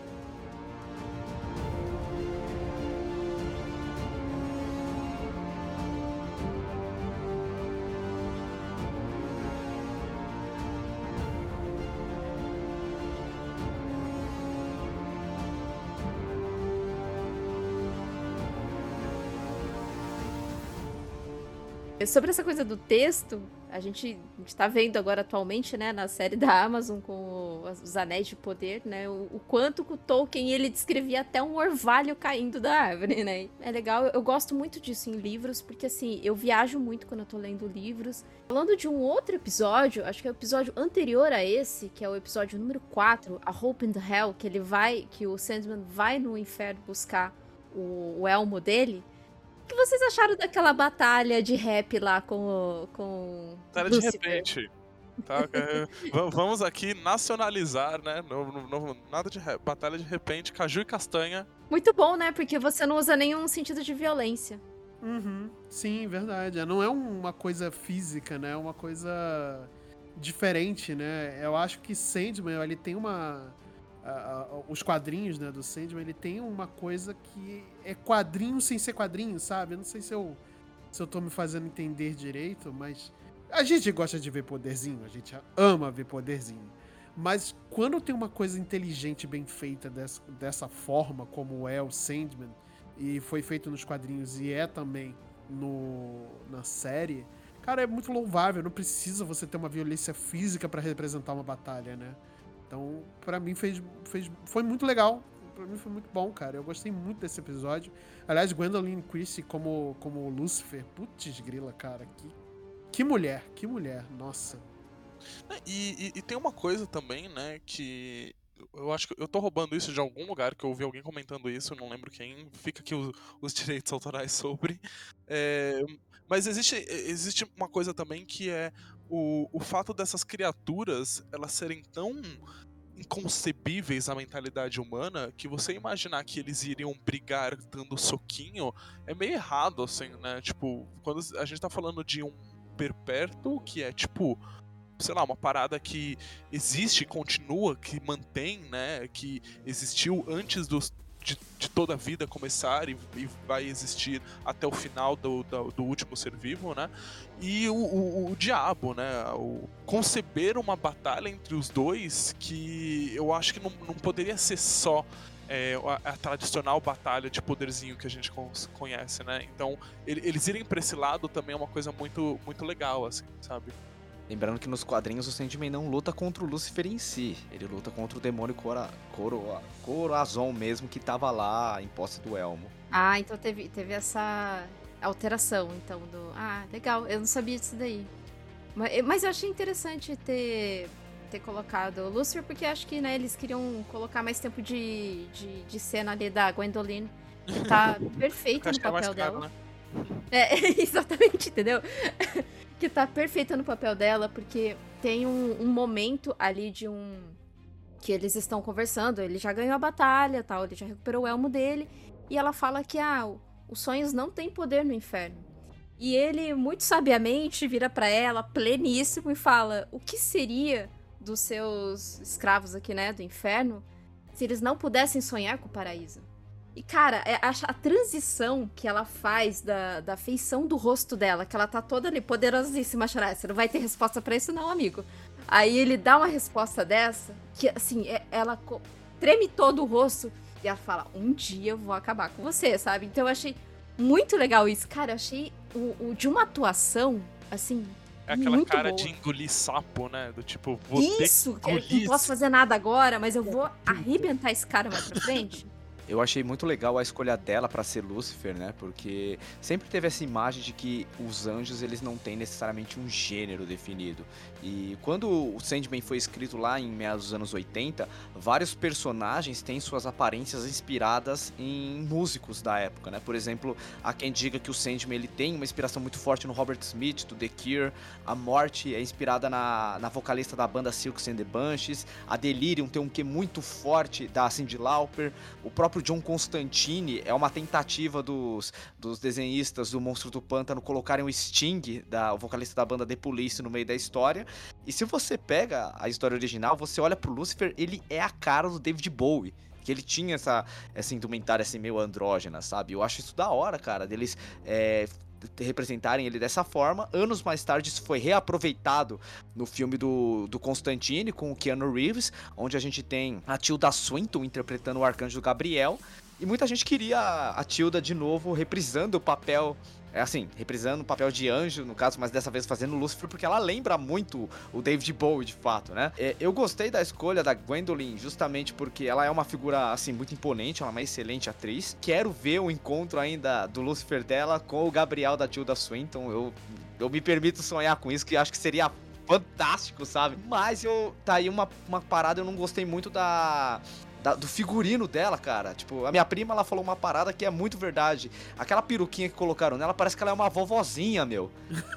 Sobre essa coisa do texto, a gente, a gente tá vendo agora atualmente, né, na série da Amazon com o- os Anéis de Poder, né, o, o quanto que o Tolkien, ele descrevia até um orvalho caindo da árvore, né. É legal, eu, eu gosto muito disso em livros, porque assim, eu viajo muito quando eu tô lendo livros. Falando de um outro episódio, acho que é o episódio anterior a esse, que é o episódio número quatro, A Hope in the Hell, que ele vai, que o Sandman vai no inferno buscar o, o elmo dele. O que vocês acharam daquela batalha de rap lá com o. Com Batalha de Lúcifer? repente. Tá? É, va- vamos aqui nacionalizar, né? No, no- no- nada de re- batalha de repente, caju e castanha. Muito bom, né? Porque você não usa nenhum sentido de violência. Uhum. Sim, verdade. Não é uma coisa física, né? É uma coisa diferente, né? Eu acho que Sandman, ele tem uma... a- a- os quadrinhos, né, do Sandman, ele tem uma coisa que é quadrinho sem ser quadrinho, sabe? Eu não sei se eu, se eu tô me fazendo entender direito, mas a gente gosta de ver poderzinho, a gente ama ver poderzinho. Mas quando tem uma coisa inteligente, bem feita dessa, dessa forma, como é o Sandman, e foi feito nos quadrinhos e é também no, na série, cara, é muito louvável. Não precisa você ter uma violência física pra representar uma batalha, né? Então, pra mim, fez, fez, foi muito legal. Pra mim foi muito bom, cara. Eu gostei muito desse episódio. Aliás, Gwendoline Christie como, como Lúcifer. Putz grila, cara. Que, que mulher, que mulher. Nossa. E, e- e tem uma coisa também, né, que eu acho que eu tô roubando isso de algum lugar, que eu ouvi alguém comentando isso, não lembro quem, fica aqui o- os direitos autorais sobre. É, mas existe, existe uma coisa também que é o, o fato dessas criaturas elas serem tão inconcebíveis à mentalidade humana que você imaginar que eles iriam brigar dando soquinho é meio errado, assim, né? Tipo, quando a gente tá falando de um perpétuo que é tipo, sei lá, uma parada que existe, continua, que mantém, né? Que existiu antes dos, de, de toda a vida começar e, e vai existir até o final do, do, do último ser vivo, né? E o, o, o diabo, né? O, conceber uma batalha entre os dois que eu acho que não, não poderia ser só é, a, a tradicional batalha de poderzinho que a gente con- conhece, né? Então, ele, eles irem pra esse lado também é uma coisa muito, muito legal, assim, sabe? Lembrando que nos quadrinhos o Sandman não luta contra o Lúcifer em si, ele luta contra o demônio Cora, Coro, Corazon mesmo, que tava lá em posse do elmo. Ah, então teve, teve essa alteração, então, do... Ah, legal, eu não sabia disso daí. Mas, mas eu achei interessante ter, ter colocado o Lúcifer, porque acho que, né, eles queriam colocar mais tempo de, de, de cena ali da Gwendoline. Tá perfeita Acho no que é mais papel caro, dela. né? É, exatamente, entendeu? Que tá perfeita no papel dela, porque tem um, um momento ali de um... que eles estão conversando, ele já ganhou a batalha, tal, ele já recuperou o elmo dele, e ela fala que ah, os sonhos não têm poder no inferno. E ele, muito sabiamente, vira pra ela, pleníssimo, e fala: o que seria dos seus escravos aqui, né, do inferno, se eles não pudessem sonhar com o paraíso? E, cara, a, a transição que ela faz da, da feição do rosto dela, que ela tá toda ali, poderosíssima, chorar, você não vai ter resposta pra isso não, amigo. Aí ele dá uma resposta dessa, que, assim, é, ela co- treme todo o rosto, e ela fala: um dia eu vou acabar com você, sabe? Então eu achei muito legal isso. Cara, eu achei o, o de uma atuação, assim, É aquela muito cara boa. de engolir sapo, né? Do tipo, vou Isso, ter que eu que não engolir. posso fazer nada agora, mas eu vou arrebentar esse cara mais pra frente. Eu achei muito legal a escolha dela pra ser Lúcifer, né? Porque sempre teve essa imagem de que os anjos, eles não têm necessariamente um gênero definido. E quando o Sandman foi escrito lá em meados dos anos oitenta, vários personagens têm suas aparências inspiradas em músicos da época, né? Por exemplo, há quem diga que o Sandman, ele tem uma inspiração muito forte no Robert Smith, do The Cure. A Morte é inspirada na, na vocalista da banda Silks and the Banshees. A Delirium tem um quê muito forte da Cyndi Lauper. O próprio John Constantine é uma tentativa dos, dos desenhistas do Monstro do Pântano colocarem o Sting, da, o vocalista da banda The Police, no meio da história. E se você pega a história original, você olha pro Lúcifer, ele é a cara do David Bowie. Que ele tinha essa, essa indumentária assim, meio andrógena, sabe? Eu acho isso da hora, cara, deles é, representarem ele dessa forma. Anos mais tarde isso foi reaproveitado no filme do, do Constantine com o Keanu Reeves, onde a gente tem a Tilda Swinton interpretando o Arcanjo Gabriel, e muita gente queria a Tilda de novo reprisando o papel, é assim, reprisando o papel de anjo, no caso, mas dessa vez fazendo Lúcifer, porque ela lembra muito o David Bowie, de fato, né? É, eu gostei da escolha da Gwendolyn justamente porque ela é uma figura, assim, muito imponente, ela é uma excelente atriz. Quero ver o encontro ainda do Lúcifer dela com o Gabriel da Tilda Swinton. Eu, eu me permito sonhar com isso, que acho que seria fantástico, sabe? Mas eu, tá aí uma, uma parada, eu não gostei muito da... Da, do figurino dela, cara. Tipo, a minha prima, ela falou uma parada que é muito verdade. Aquela peruquinha que colocaram nela, parece que ela é uma vovozinha, meu.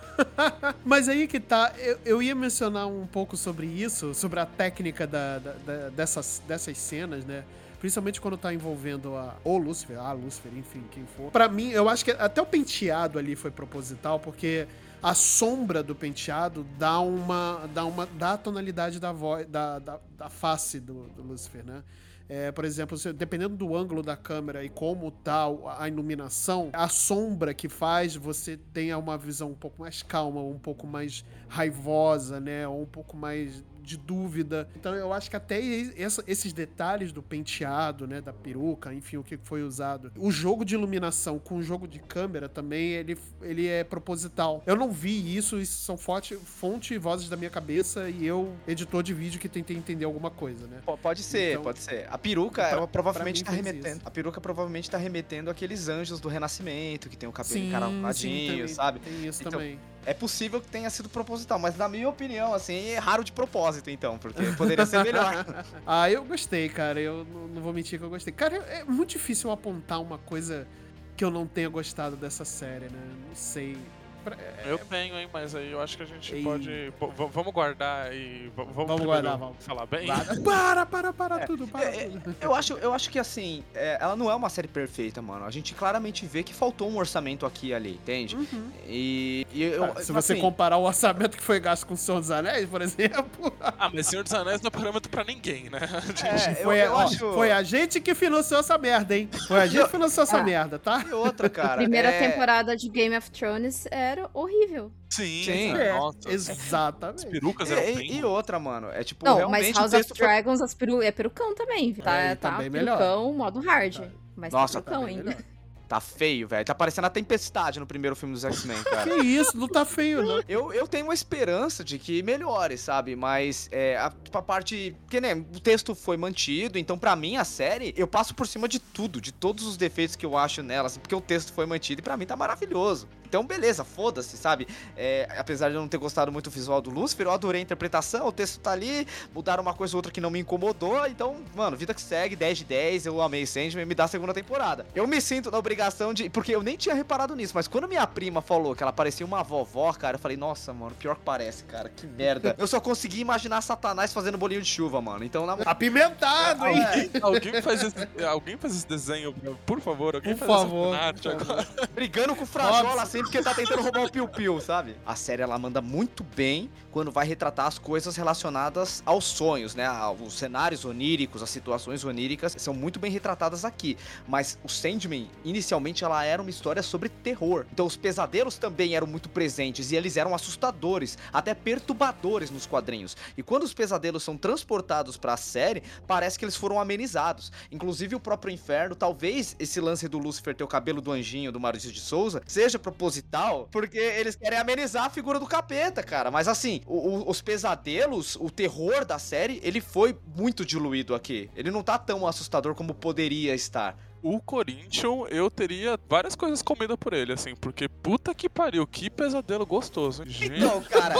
Mas aí que tá, eu, eu ia mencionar um pouco sobre isso, sobre a técnica da, da- da- dessas, dessas cenas, né? Principalmente quando tá envolvendo a, o Lúcifer, a Lúcifer, enfim, quem for. Pra mim, eu acho que até o penteado ali foi proposital, porque a sombra do penteado dá uma, dá uma, dá a tonalidade da voz, da, da, da face do, do Lúcifer, né? É, por exemplo, se- dependendo do ângulo da câmera e como tá o- a iluminação, a sombra que faz você tenha uma visão um pouco mais calma, um pouco mais raivosa, né? Ou um pouco mais de dúvida. Então eu acho que até e- essa- esses detalhes do penteado, né? Da peruca, enfim, o que foi usado. O jogo de iluminação com o jogo de câmera também, ele, ele é proposital. Eu não vi isso, isso são fonte, fonte e vozes da minha cabeça e eu, editor de vídeo, que tentei entender alguma coisa, né? P- Pode ser, Então- pode ser. A peruca, Pra- ela provavelmente pra tá mim fez remetendo. isso. A peruca provavelmente tá remetendo àqueles anjos do Renascimento, que tem o cabelo sim, encaradinho, também, sabe? tem isso Então, também. É possível que tenha sido proposital, mas na minha opinião, assim, é raro de propósito, então, porque poderia ser melhor. Ah, eu gostei, cara. Eu não, não vou mentir que eu gostei. Cara, é muito difícil eu apontar uma coisa que eu não tenha gostado dessa série, né? Não sei. Pra- é- Eu tenho, hein, mas aí eu acho que a gente Ei. pode. pô, v- vamos guardar e. v- Vamos, Vamos primeiro guardar, vamos. falar bem. Para, para, para É, tudo, para é, tudo. Eu acho, eu acho que, assim, é, ela não é uma série perfeita, mano. A gente claramente vê que faltou um orçamento aqui e ali, entende? Uhum. E, e eu, Ah, se você assim, comparar o orçamento que foi gasto com o Senhor dos Anéis, por exemplo. Ah, mas Senhor dos Anéis não é parâmetro pra ninguém, né? A gente- É, eu- Foi, eu ó, acho- foi a gente que financiou essa merda, hein? Foi a gente que financiou essa Ah. merda, tá? E outra, cara. Primeira é... temporada de Game of Thrones era horrível. Sim, Sim. cara, É, nossa. As exatamente. perucas E, eram e- bem. e outra, mano, é tipo, Não, realmente mas o House of texto foi- Dragons as peru... é perucão também. Tá, Aí tá tá bem melhor. perucão, modo hard. Tá. Mas Nossa, tá perucão tá bem ainda. melhor. Tá feio, velho. Tá parecendo a Tempestade no primeiro filme dos X-Men, cara. Que isso, não tá feio, não. Eu, eu tenho uma esperança de que melhore, sabe? Mas é, a, tipo, a parte. Porque, né, o texto foi mantido, então pra mim a série, eu passo por cima de tudo, de todos os defeitos que eu acho nela, assim, porque o texto foi mantido e pra mim tá maravilhoso. Então, beleza, foda-se, sabe? É, apesar de eu não ter gostado muito do visual do Lúcifer, eu adorei a interpretação, o texto tá ali, mudaram uma coisa ou outra que não me incomodou, então, mano, vida que segue, dez de dez, eu amei Sandman, me dá a segunda temporada. Eu me sinto na obrigação de... Porque eu nem tinha reparado nisso, mas quando minha prima falou que ela parecia uma vovó, cara, eu falei, nossa, mano, pior que parece, cara, que merda. Eu só consegui imaginar Satanás fazendo bolinho de chuva, mano, então... Na... Apimentado, hein? Alguém, alguém, faz esse, alguém faz esse desenho, por favor, alguém Por faz favor, essa arte por agora. Brigando com o Frajola, assim, porque tá tentando roubar o piu-piu, sabe? A série, ela manda muito bem quando vai retratar as coisas relacionadas aos sonhos, né? Os cenários oníricos, as situações oníricas são muito bem retratadas aqui. Mas o Sandman, inicialmente, ela era uma história sobre terror. Então os pesadelos também eram muito presentes e eles eram assustadores, até perturbadores nos quadrinhos. E quando os pesadelos são transportados pra série, parece que eles foram amenizados. Inclusive o próprio inferno, talvez esse lance do Lúcifer ter o cabelo do anjinho do Maurício de Souza seja proposital, porque eles querem amenizar a figura do capeta, cara. Mas assim, o, o, os pesadelos, o terror da série, ele foi muito diluído aqui. Ele não tá tão assustador como poderia estar. O Corinthians, eu teria várias coisas comidas por ele, assim, porque puta que pariu, que pesadelo gostoso, hein? Gente. Então, cara,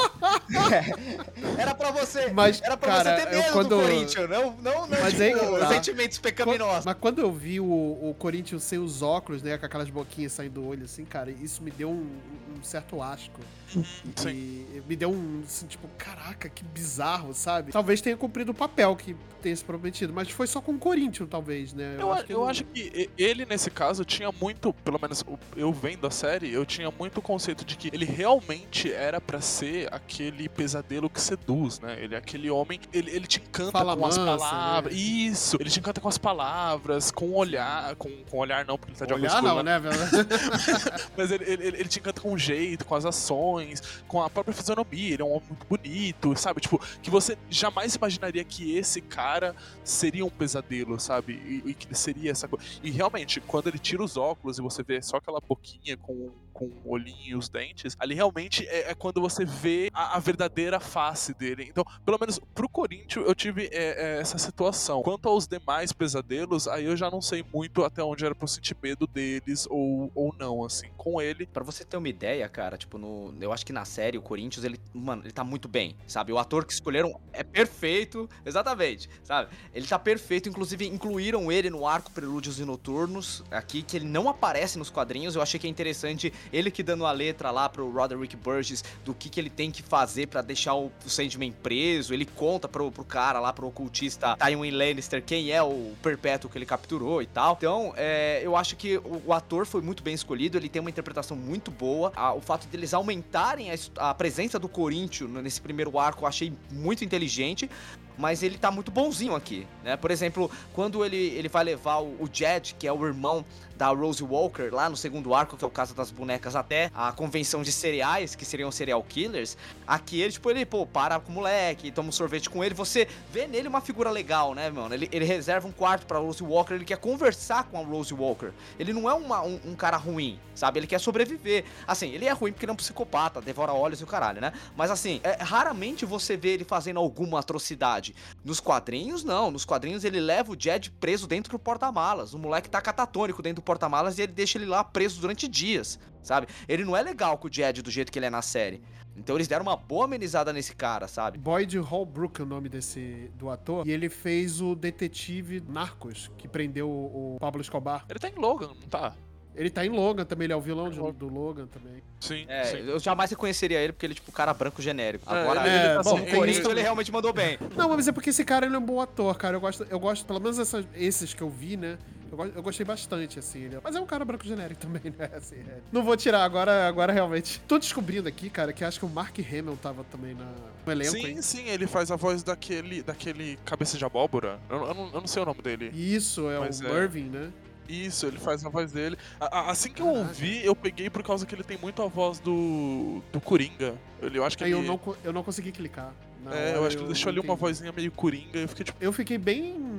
é, era pra você, Mas, era pra cara, você ter eu medo quando- do Corinthians, não, não, não Mas tipo, aí que tá. sentimentos pecaminosos. Mas quando eu vi o, o Corinthians sem os óculos, né, com aquelas boquinhas saindo do olho, assim, cara, isso me deu um, um certo asco. Sim. E me deu um, assim, tipo, caraca, que bizarro, sabe? Talvez tenha cumprido o papel que tenha se prometido, mas foi só com o Corinthians, talvez, né? Eu, acho que eu não- acho que e- ele, nesse caso, tinha muito, pelo menos o- eu vendo a série, eu tinha muito o conceito de que ele realmente era pra ser aquele pesadelo que seduz, né? Ele é aquele homem, ele, ele te encanta Fala com as mansa, palavras. né? Isso! Ele te encanta com as palavras, com o olhar, com, com o olhar não, porque ele tá de óculos Olhar escuro, não, né, velho? Mas ele, ele, ele te encanta com o jeito, com as ações, com a própria fisionomia. Ele é um homem muito bonito, sabe? Tipo, que você jamais imaginaria que esse cara seria um pesadelo, sabe? E, e que ele seria essa coisa. E realmente, quando ele tira os óculos e você vê só aquela boquinha com, com o olhinho e os dentes, ali realmente é, é quando você vê a, a verdadeira face dele. Então, pelo menos pro Corinthians, eu tive é, é, essa situação. Quanto aos demais pesadelos, aí eu já não sei muito até onde era pra eu sentir medo deles ou, ou não, assim. Com ele, Pra você ter uma ideia, cara, tipo, no, eu acho que na série o Corinthians, ele, mano, ele tá muito bem, sabe? O ator que escolheram é perfeito, exatamente, sabe? Ele tá perfeito, inclusive incluíram ele no arco Prelúdios e Noturnos, aqui, que ele não aparece nos quadrinhos. Eu achei que é interessante ele que dando a letra lá pro Roderick Burgess do que, que ele tem que fazer pra deixar o, o Sandman preso. Ele conta pro, pro cara lá, pro ocultista Tywin Lannister, quem é o perpétuo que ele capturou e tal. Então, é, eu acho que o, o ator foi muito bem escolhido, ele tem uma interpretação muito boa. A, o fato deles aumentarem a, a presença do Corinthians nesse primeiro arco eu achei muito inteligente. Mas ele tá muito bonzinho aqui, né? Por exemplo, quando ele, ele vai levar o, o Jed, que é o irmão da Rose Walker, lá no segundo arco, que é o caso das bonecas, até a convenção de cereais, que seriam serial killers, aqui ele, tipo, ele, pô, para com o moleque, toma um sorvete com ele, você vê nele uma figura legal, né, mano? Ele, ele reserva um quarto pra Rose Walker, ele quer conversar com a Rose Walker. Ele não é uma, um, um cara ruim, sabe? Ele quer sobreviver. Assim, ele é ruim porque ele é um psicopata, devora olhos e o caralho, né? Mas assim, é, raramente você vê ele fazendo alguma atrocidade. Nos quadrinhos, não. Nos quadrinhos ele leva o Jed preso dentro do porta-malas. O moleque tá catatônico dentro do porta-malas e ele deixa ele lá preso durante dias, sabe? Ele não é legal com o Jed do jeito que ele é na série. Então eles deram uma boa amenizada nesse cara, sabe? Boyd Holbrook é o nome desse do ator. E ele fez o detetive Narcos, que prendeu o, o Pablo Escobar. ele tá em Logan, não tá? Ele tá em Logan também, ele é o vilão de- do Logan também. Sim, É, sim. eu jamais reconheceria ele porque ele é tipo cara branco genérico. É, Agora, ele- ele tá bom, assim, o tem Corinthians isso ele realmente mandou bem. Não, mas é porque esse cara ele é um bom ator, cara. Eu gosto, eu gosto pelo menos essas, esses que eu vi, né? Eu, go- eu gostei bastante, assim. Ele, mas é um cara branco genérico também, né? Assim, é. Não vou tirar agora, agora realmente. Tô descobrindo aqui, cara, que acho que o Mark Hamill tava também na, no elenco, Sim, hein? sim, ele faz a voz daquele, daquele cabeça de abóbora. Eu, eu não, eu não sei o nome dele. Isso, é Mas o é. Mervyn, né? Isso, ele faz a voz dele. A- a- assim que eu Caraca. ouvi, eu peguei por causa que ele tem muito a voz do, do Coringa. Ele, eu acho que Aí ele... eu não, co- eu não consegui clicar. Na É, hora eu acho que ele deixou ali uma entendi. vozinha meio Coringa. Eu fiquei tipo... Eu fiquei bem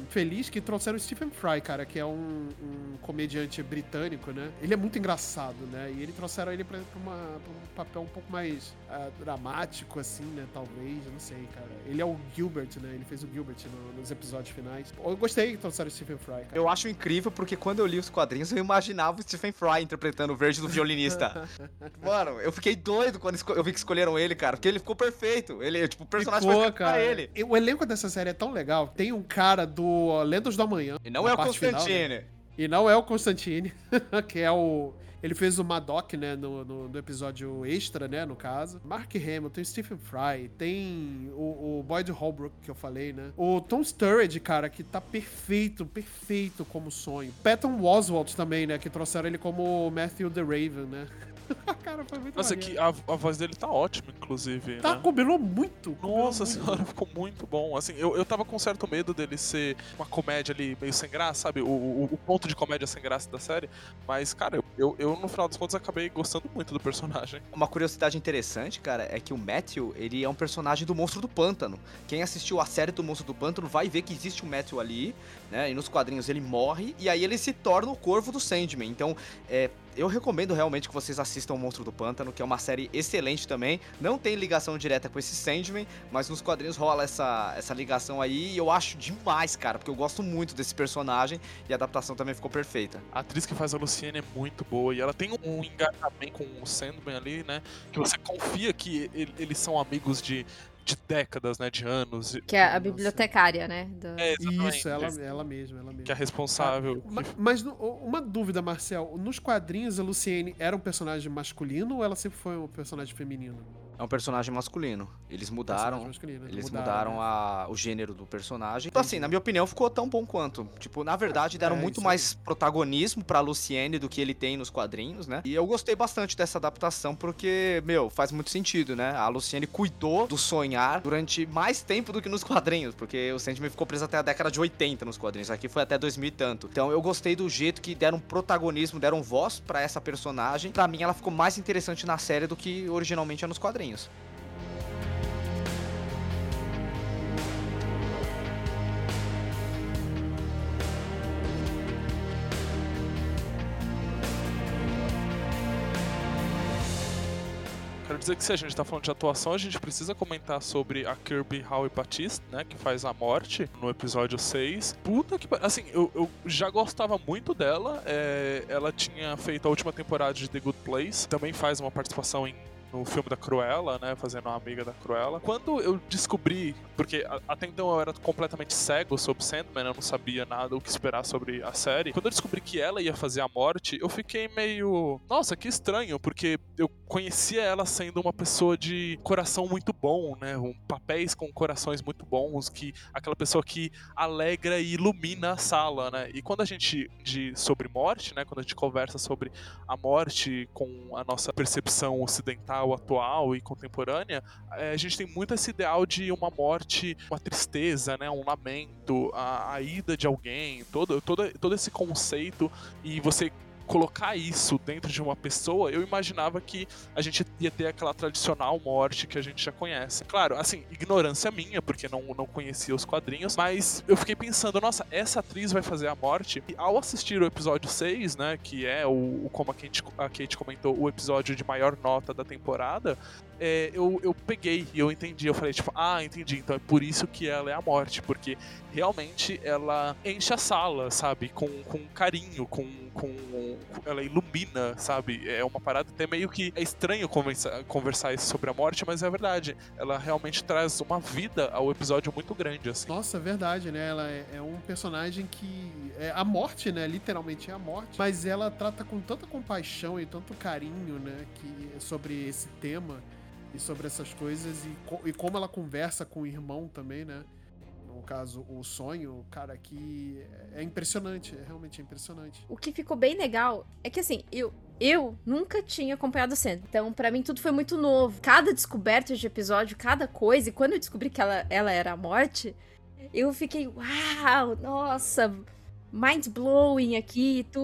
feliz que trouxeram o Stephen Fry, cara, que é um, um comediante britânico, né? Ele é muito engraçado, né? E eles trouxeram ele pra, pra, uma, pra um papel um pouco mais uh, dramático, assim, né? Talvez, eu não sei, cara. Ele é o Gilbert, né? Ele fez o Gilbert no, nos episódios finais. Eu gostei que trouxeram o Stephen Fry, cara. Eu acho incrível porque quando eu li os quadrinhos eu imaginava o Stephen Fry interpretando o Verde do Violinista. Mano, eu fiquei doido quando eu vi que escolheram ele, cara, porque ele ficou perfeito. Ele, tipo, o personagem ficou, foi feito pra ele. E o elenco dessa série é tão legal. Tem um cara do Lendas do Amanhã. E não é o Constantine. Final, né? E não é o Constantine, que é o... Ele fez o Madoc, né, no, no, no episódio extra, né, no caso. Mark Hamill, tem o Stephen Fry, tem o, o Boyd Holbrook, que eu falei, né. O Tom Sturridge, cara, que tá perfeito, perfeito como sonho. Patton Oswalt também, né, que trouxeram ele como Matthew the Raven, né. Cara, foi muito Nossa, maneiro. que a, a voz dele tá ótima, inclusive. Tá, né? combinou muito. Combinou Nossa muito. senhora, ficou muito bom. Assim, eu, eu tava com certo medo dele ser uma comédia ali meio sem graça, sabe? O, o, o ponto de comédia sem graça da série. Mas, cara, eu, eu no final dos contos acabei gostando muito do personagem. Uma curiosidade interessante, cara, é que o Matthew, ele é um personagem do Monstro do Pântano. Quem assistiu a série do Monstro do Pântano vai ver que existe um Matthew ali, né? E nos quadrinhos ele morre e aí ele se torna o Corvo do Sandman. Então, é... eu recomendo realmente que vocês assistam o Monstro do Pântano, que é uma série excelente também. Não tem ligação direta com esse Sandman, mas nos quadrinhos rola essa, essa ligação aí e eu acho demais, cara, porque eu gosto muito desse personagem e a adaptação também ficou perfeita. A atriz que faz a Luciene é muito boa e ela tem um engajamento com o Sandman ali, né? Que você confia que ele, eles são amigos de... de décadas, né, de anos. Que é a bibliotecária, né? Do... É, exatamente. Isso, ela, ela mesma, ela mesma. Que é responsável. Ah, mas, mas uma dúvida, Marcel. Nos quadrinhos, a Luciene era um personagem masculino ou ela sempre foi um personagem feminino? É um personagem masculino. Eles mudaram, masculino, eles mudaram, mudaram né? a, o gênero do personagem. Então, assim, na minha opinião, ficou tão bom quanto. Tipo, na verdade, deram É, muito isso mais protagonismo pra Luciene do que ele tem nos quadrinhos, né? E eu gostei bastante dessa adaptação porque, meu, faz muito sentido, né? A Luciene cuidou do sonhar durante mais tempo do que nos quadrinhos, porque o Sandman ficou preso até a década de oitenta nos quadrinhos. Aqui foi até dois mil e tanto. Então, eu gostei do jeito que deram protagonismo, deram voz pra essa personagem. Pra mim, ela ficou mais interessante na série do que originalmente é nos quadrinhos. Quero dizer que se a gente tá falando de atuação, a gente precisa comentar sobre a Kirby Howe Baptiste, né, que faz a morte no episódio seis. Puta que pariu. Assim, eu, eu já gostava muito dela. É, ela tinha feito a última temporada de The Good Place. Também faz uma participação em no filme da Cruella, né, fazendo uma amiga da Cruella. Quando eu descobri, porque até então eu era completamente cego sobre Sandman, eu não sabia nada o que esperar sobre a série. Quando eu descobri que ela ia fazer a morte, eu fiquei meio... Nossa, que estranho, porque eu conhecia ela sendo uma pessoa de coração muito bom, né, um, papéis com corações muito bons, que aquela pessoa que alegra e ilumina a sala, né, e quando a gente, de, sobre morte, né, quando a gente conversa sobre a morte com a nossa percepção ocidental, atual e contemporânea, a gente tem muito esse ideal de uma morte, uma tristeza, né, um lamento, a, a ida de alguém, todo, todo, todo esse conceito, e você colocar isso dentro de uma pessoa, eu imaginava que a gente ia ter aquela tradicional morte que a gente já conhece. Claro, assim, ignorância minha, porque não, não conhecia os quadrinhos, mas eu fiquei pensando, nossa, essa atriz vai fazer a morte? E ao assistir o episódio seis, né, que é o, o como a Kate, a Kate comentou, o episódio de maior nota da temporada, é, eu, eu peguei e eu entendi, eu falei, tipo, ah, entendi, então é por isso que ela é a morte, porque realmente ela enche a sala, sabe, com, com carinho, com, com, ela ilumina, sabe, é uma parada até meio que é estranho conversar, conversar isso sobre a morte, mas é verdade, ela realmente traz uma vida ao episódio muito grande, assim. Nossa, é verdade, né, ela é, é um personagem que, é a morte, né, literalmente é a morte, mas ela trata com tanta compaixão e tanto carinho, né, que, sobre esse tema, e sobre essas coisas, e, co- e como ela conversa com o irmão também, né? No caso, o sonho, cara, que é impressionante, é realmente impressionante. O que ficou bem legal é que, assim, eu, eu nunca tinha acompanhado o Sandman. Então, pra mim, tudo foi muito novo. Cada descoberta de episódio, cada coisa. E quando eu descobri que ela, ela era a morte, eu fiquei, uau, nossa, mind-blowing aqui e tudo.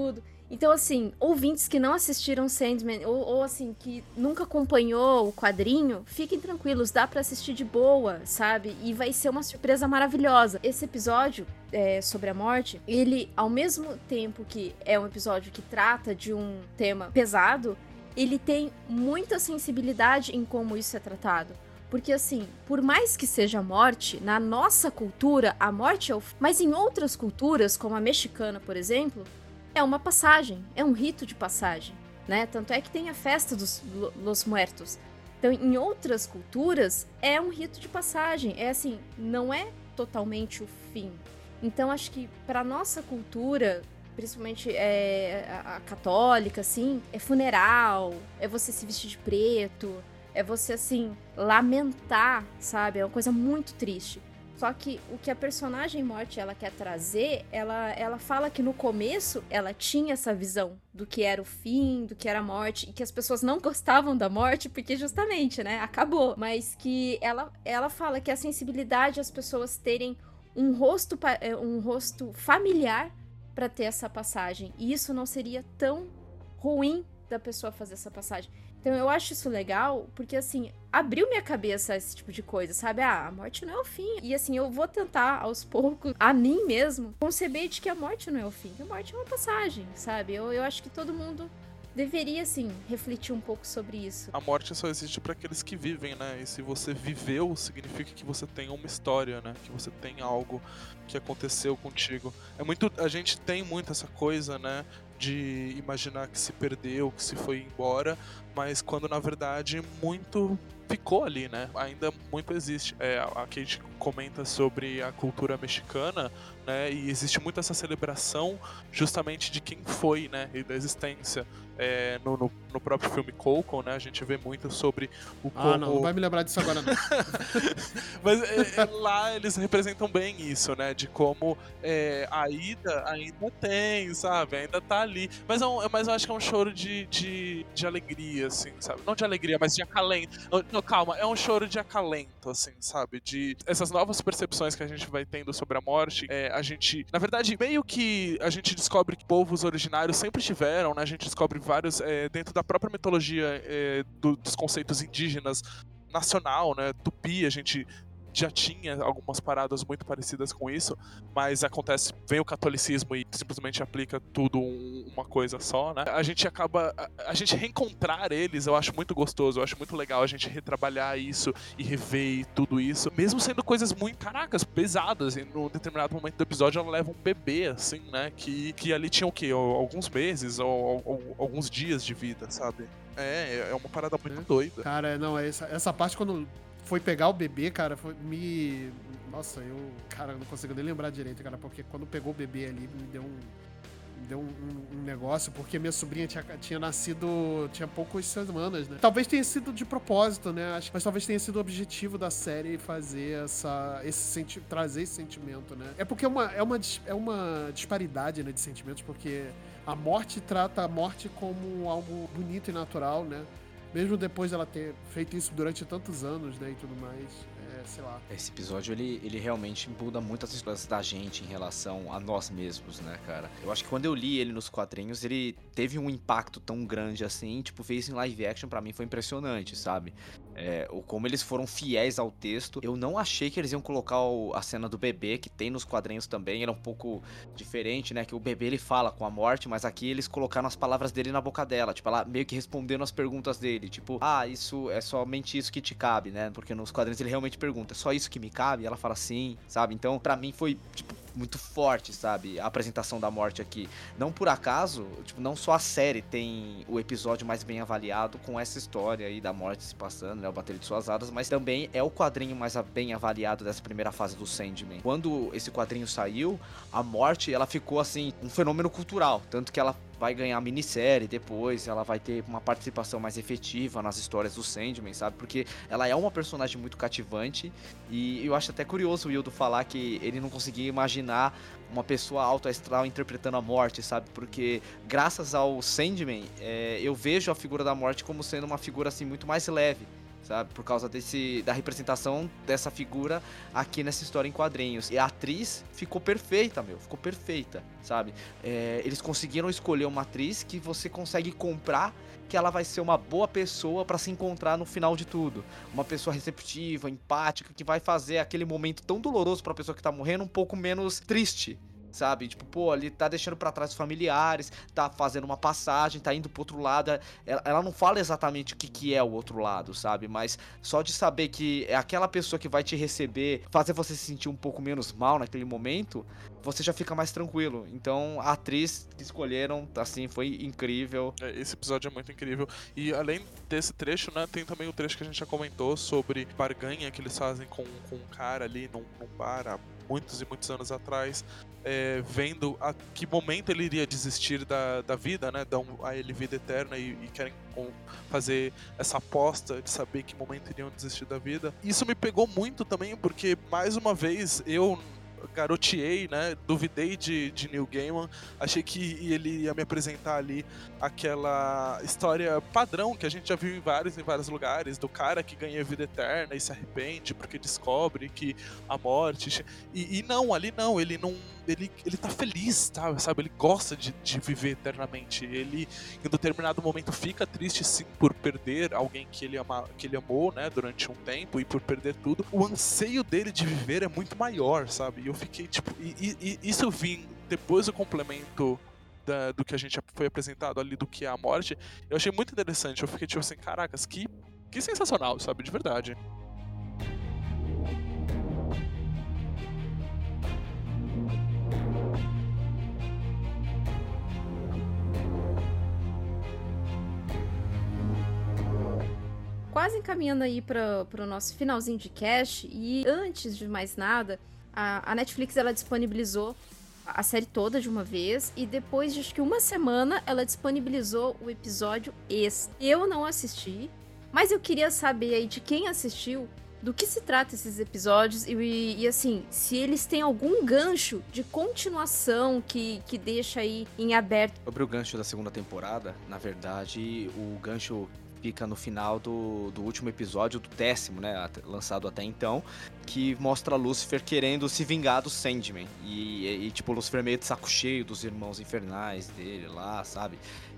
Então, assim, ouvintes que não assistiram Sandman, ou, ou assim, que nunca acompanhou o quadrinho, fiquem tranquilos, dá pra assistir de boa, sabe? E vai ser uma surpresa maravilhosa. Esse episódio é, sobre a morte, ele, ao mesmo tempo que é um episódio que trata de um tema pesado, ele tem muita sensibilidade em como isso é tratado. Porque, assim, por mais que seja a morte, na nossa cultura, a morte é o... Mas em outras culturas, como a mexicana, por exemplo, é uma passagem, é um rito de passagem, né? Tanto é que tem a festa dos Los Muertos. Então, em outras culturas, é um rito de passagem. É assim, não é totalmente o fim. Então, acho que para nossa cultura, principalmente é, a, a católica, assim, é funeral, é você se vestir de preto, é você, assim, lamentar, sabe? É uma coisa muito triste. Só que o que a personagem Morte ela quer trazer, ela, ela fala que no começo ela tinha essa visão do que era o fim, do que era a morte, e que as pessoas não gostavam da morte porque justamente, né, acabou. Mas que ela, ela fala que a sensibilidade as pessoas terem um rosto, um rosto familiar para ter essa passagem. E isso não seria tão ruim da pessoa fazer essa passagem. Então eu acho isso legal, porque assim, abriu minha cabeça a esse tipo de coisa, sabe? Ah, a morte não é o fim. E assim, eu vou tentar, aos poucos, a mim mesmo, conceber de que a morte não é o fim, que a morte é uma passagem, sabe? Eu, eu acho que todo mundo deveria, assim, refletir um pouco sobre isso. A morte só existe para aqueles que vivem, né? E se você viveu, significa que você tem uma história, né? Que você tem algo que aconteceu contigo. É muito, a gente tem muito essa coisa, né? De imaginar que se perdeu, que se foi embora, mas quando na verdade muito ficou ali, né? Ainda muito existe. É, a Kate comenta sobre a cultura mexicana, né? E existe muito essa celebração justamente de quem foi, né? E da existência. É, no, no, no próprio filme Coco, né? A gente vê muito sobre o como... Ah, não, não vai me lembrar disso agora, não. Mas é, é, lá eles representam bem isso, né? De como é, a Ida ainda tem, sabe? Ainda tá ali. Mas, é um, mas eu acho que é um choro de, de, de alegria, assim, sabe? Não de alegria, mas de acalento. Não, não, calma, é um choro de acalento, assim, sabe? De essas novas percepções que a gente vai tendo sobre a morte. É, a gente, na verdade, meio que a gente descobre que povos originários sempre tiveram, né? A gente descobre vários, é, dentro da própria mitologia é, do, dos conceitos indígenas nacional, né? Tupi, a gente já tinha algumas paradas muito parecidas com isso, mas acontece, vem o catolicismo e simplesmente aplica tudo um, uma coisa só, né? A gente acaba, a, a gente reencontrar eles, eu acho muito gostoso, eu acho muito legal a gente retrabalhar isso e rever tudo isso, mesmo sendo coisas muito, caracas, pesadas, e num determinado momento do episódio ela leva um bebê, assim, né? Que, que ali tinha o quê? Alguns meses ou, ou alguns dias de vida, sabe? É, é uma parada muito é. doida. Cara, não, essa, essa parte quando foi pegar o bebê, cara, foi me... Nossa, eu... Cara, eu não consigo nem lembrar direito, cara, porque quando pegou o bebê ali, me deu um... Me deu um, um, um negócio, porque minha sobrinha tinha, tinha nascido... Tinha poucas semanas, né? Talvez tenha sido de propósito, né? Mas talvez tenha sido o objetivo da série fazer essa... Esse senti- trazer esse sentimento, né? É porque é uma, é uma, é uma disparidade, né, de sentimentos, porque a morte trata a morte como algo bonito e natural, né? Mesmo depois dela ter feito isso durante tantos anos, né, e tudo mais, é, sei lá. Esse episódio, ele, ele realmente muda muito as histórias da gente em relação a nós mesmos, né, cara? Eu acho que quando eu li ele nos quadrinhos, ele teve um impacto tão grande assim, tipo, fez em live action, pra mim foi impressionante, sabe? É, ou como eles foram fiéis ao texto. Eu não achei que eles iam colocar o, a cena do bebê, que tem nos quadrinhos também, era um pouco diferente, né? Que o bebê, ele fala com a morte, mas aqui eles colocaram as palavras dele na boca dela, tipo, ela meio que respondendo as perguntas dele, tipo, ah, isso é somente isso que te cabe, né? Porque nos quadrinhos ele realmente pergunta, é só isso que me cabe? E ela fala sim, sabe? Então, pra mim foi, tipo, muito forte, sabe? A apresentação da morte aqui. Não por acaso, tipo, não só a série tem o episódio mais bem avaliado com essa história aí da morte se passando, né? O bater de suas asas, mas também é o quadrinho mais bem avaliado dessa primeira fase do Sandman. Quando esse quadrinho saiu, a morte, ela ficou, assim, um fenômeno cultural. Tanto que ela vai ganhar minissérie depois, ela vai ter uma participação mais efetiva nas histórias do Sandman, sabe? Porque ela é uma personagem muito cativante e eu acho até curioso o Wildo falar que ele não conseguia imaginar uma pessoa auto-astral interpretando a morte, sabe? Porque graças ao Sandman, é, eu vejo a figura da morte como sendo uma figura, assim, muito mais leve. sabe? Por causa desse, da representação dessa figura aqui nessa história em quadrinhos. E a atriz ficou perfeita, meu. Ficou perfeita, sabe? É, eles conseguiram escolher uma atriz que você consegue comprar que ela vai ser uma boa pessoa pra se encontrar no final de tudo. Uma pessoa receptiva, empática, que vai fazer aquele momento tão doloroso pra pessoa que tá morrendo um pouco menos triste. Sabe, tipo, pô, ele tá deixando pra trás os familiares, tá fazendo uma passagem, tá indo pro outro lado. Ela, ela não fala exatamente o que, que é o outro lado, sabe? Mas só de saber que é aquela pessoa que vai te receber, fazer você se sentir um pouco menos mal naquele momento, você já fica mais tranquilo. Então, a atriz que escolheram, assim, foi incrível. Esse episódio é muito incrível. E além desse trecho, né, tem também o trecho que a gente já comentou sobre barganha que eles fazem com, com um cara ali num, num bar há muitos e muitos anos atrás. É, vendo a que momento ele iria desistir da, da vida, né? Dão a ele vida eterna e, e querem com, fazer essa aposta de saber que momento iriam desistir da vida. Isso me pegou muito também, porque mais uma vez eu garoteei, né? Duvidei de, de Neil Gaiman. Achei que ele ia me apresentar ali aquela história padrão que a gente já viu em vários em vários lugares, do cara que ganha vida eterna e se arrepende porque descobre que a morte... E, e não, ali não, ele não... Ele, ele tá feliz, tá, sabe? Ele gosta de, de viver eternamente. Ele, em determinado momento, fica triste, sim, por perder alguém que ele, ama, que ele amou, né, durante um tempo, e por perder tudo. O anseio dele de viver é muito maior, sabe? E eu fiquei, tipo... E, e, e isso vim depois do complemento da, do que a gente foi apresentado ali, do que é a morte. Eu achei muito interessante. Eu fiquei, tipo assim, caracas, que, que sensacional, sabe? De verdade. Quase encaminhando aí para o nosso finalzinho de cast, e antes de mais nada, a, a Netflix ela disponibilizou a série toda de uma vez, e depois de acho que uma semana ela disponibilizou o episódio extra. Eu não assisti, mas eu queria saber aí de quem assistiu, do que se trata esses episódios, e, e assim, se eles têm algum gancho de continuação que, que deixa aí em aberto. Sobre o gancho da segunda temporada, na verdade, o gancho fica no final do, do último episódio, do décimo, né, lançado até então, que mostra Lúcifer querendo se vingar do Sandman. E, e, e tipo, Lúcifer meio de saco cheio dos irmãos infernais dele lá, sabe?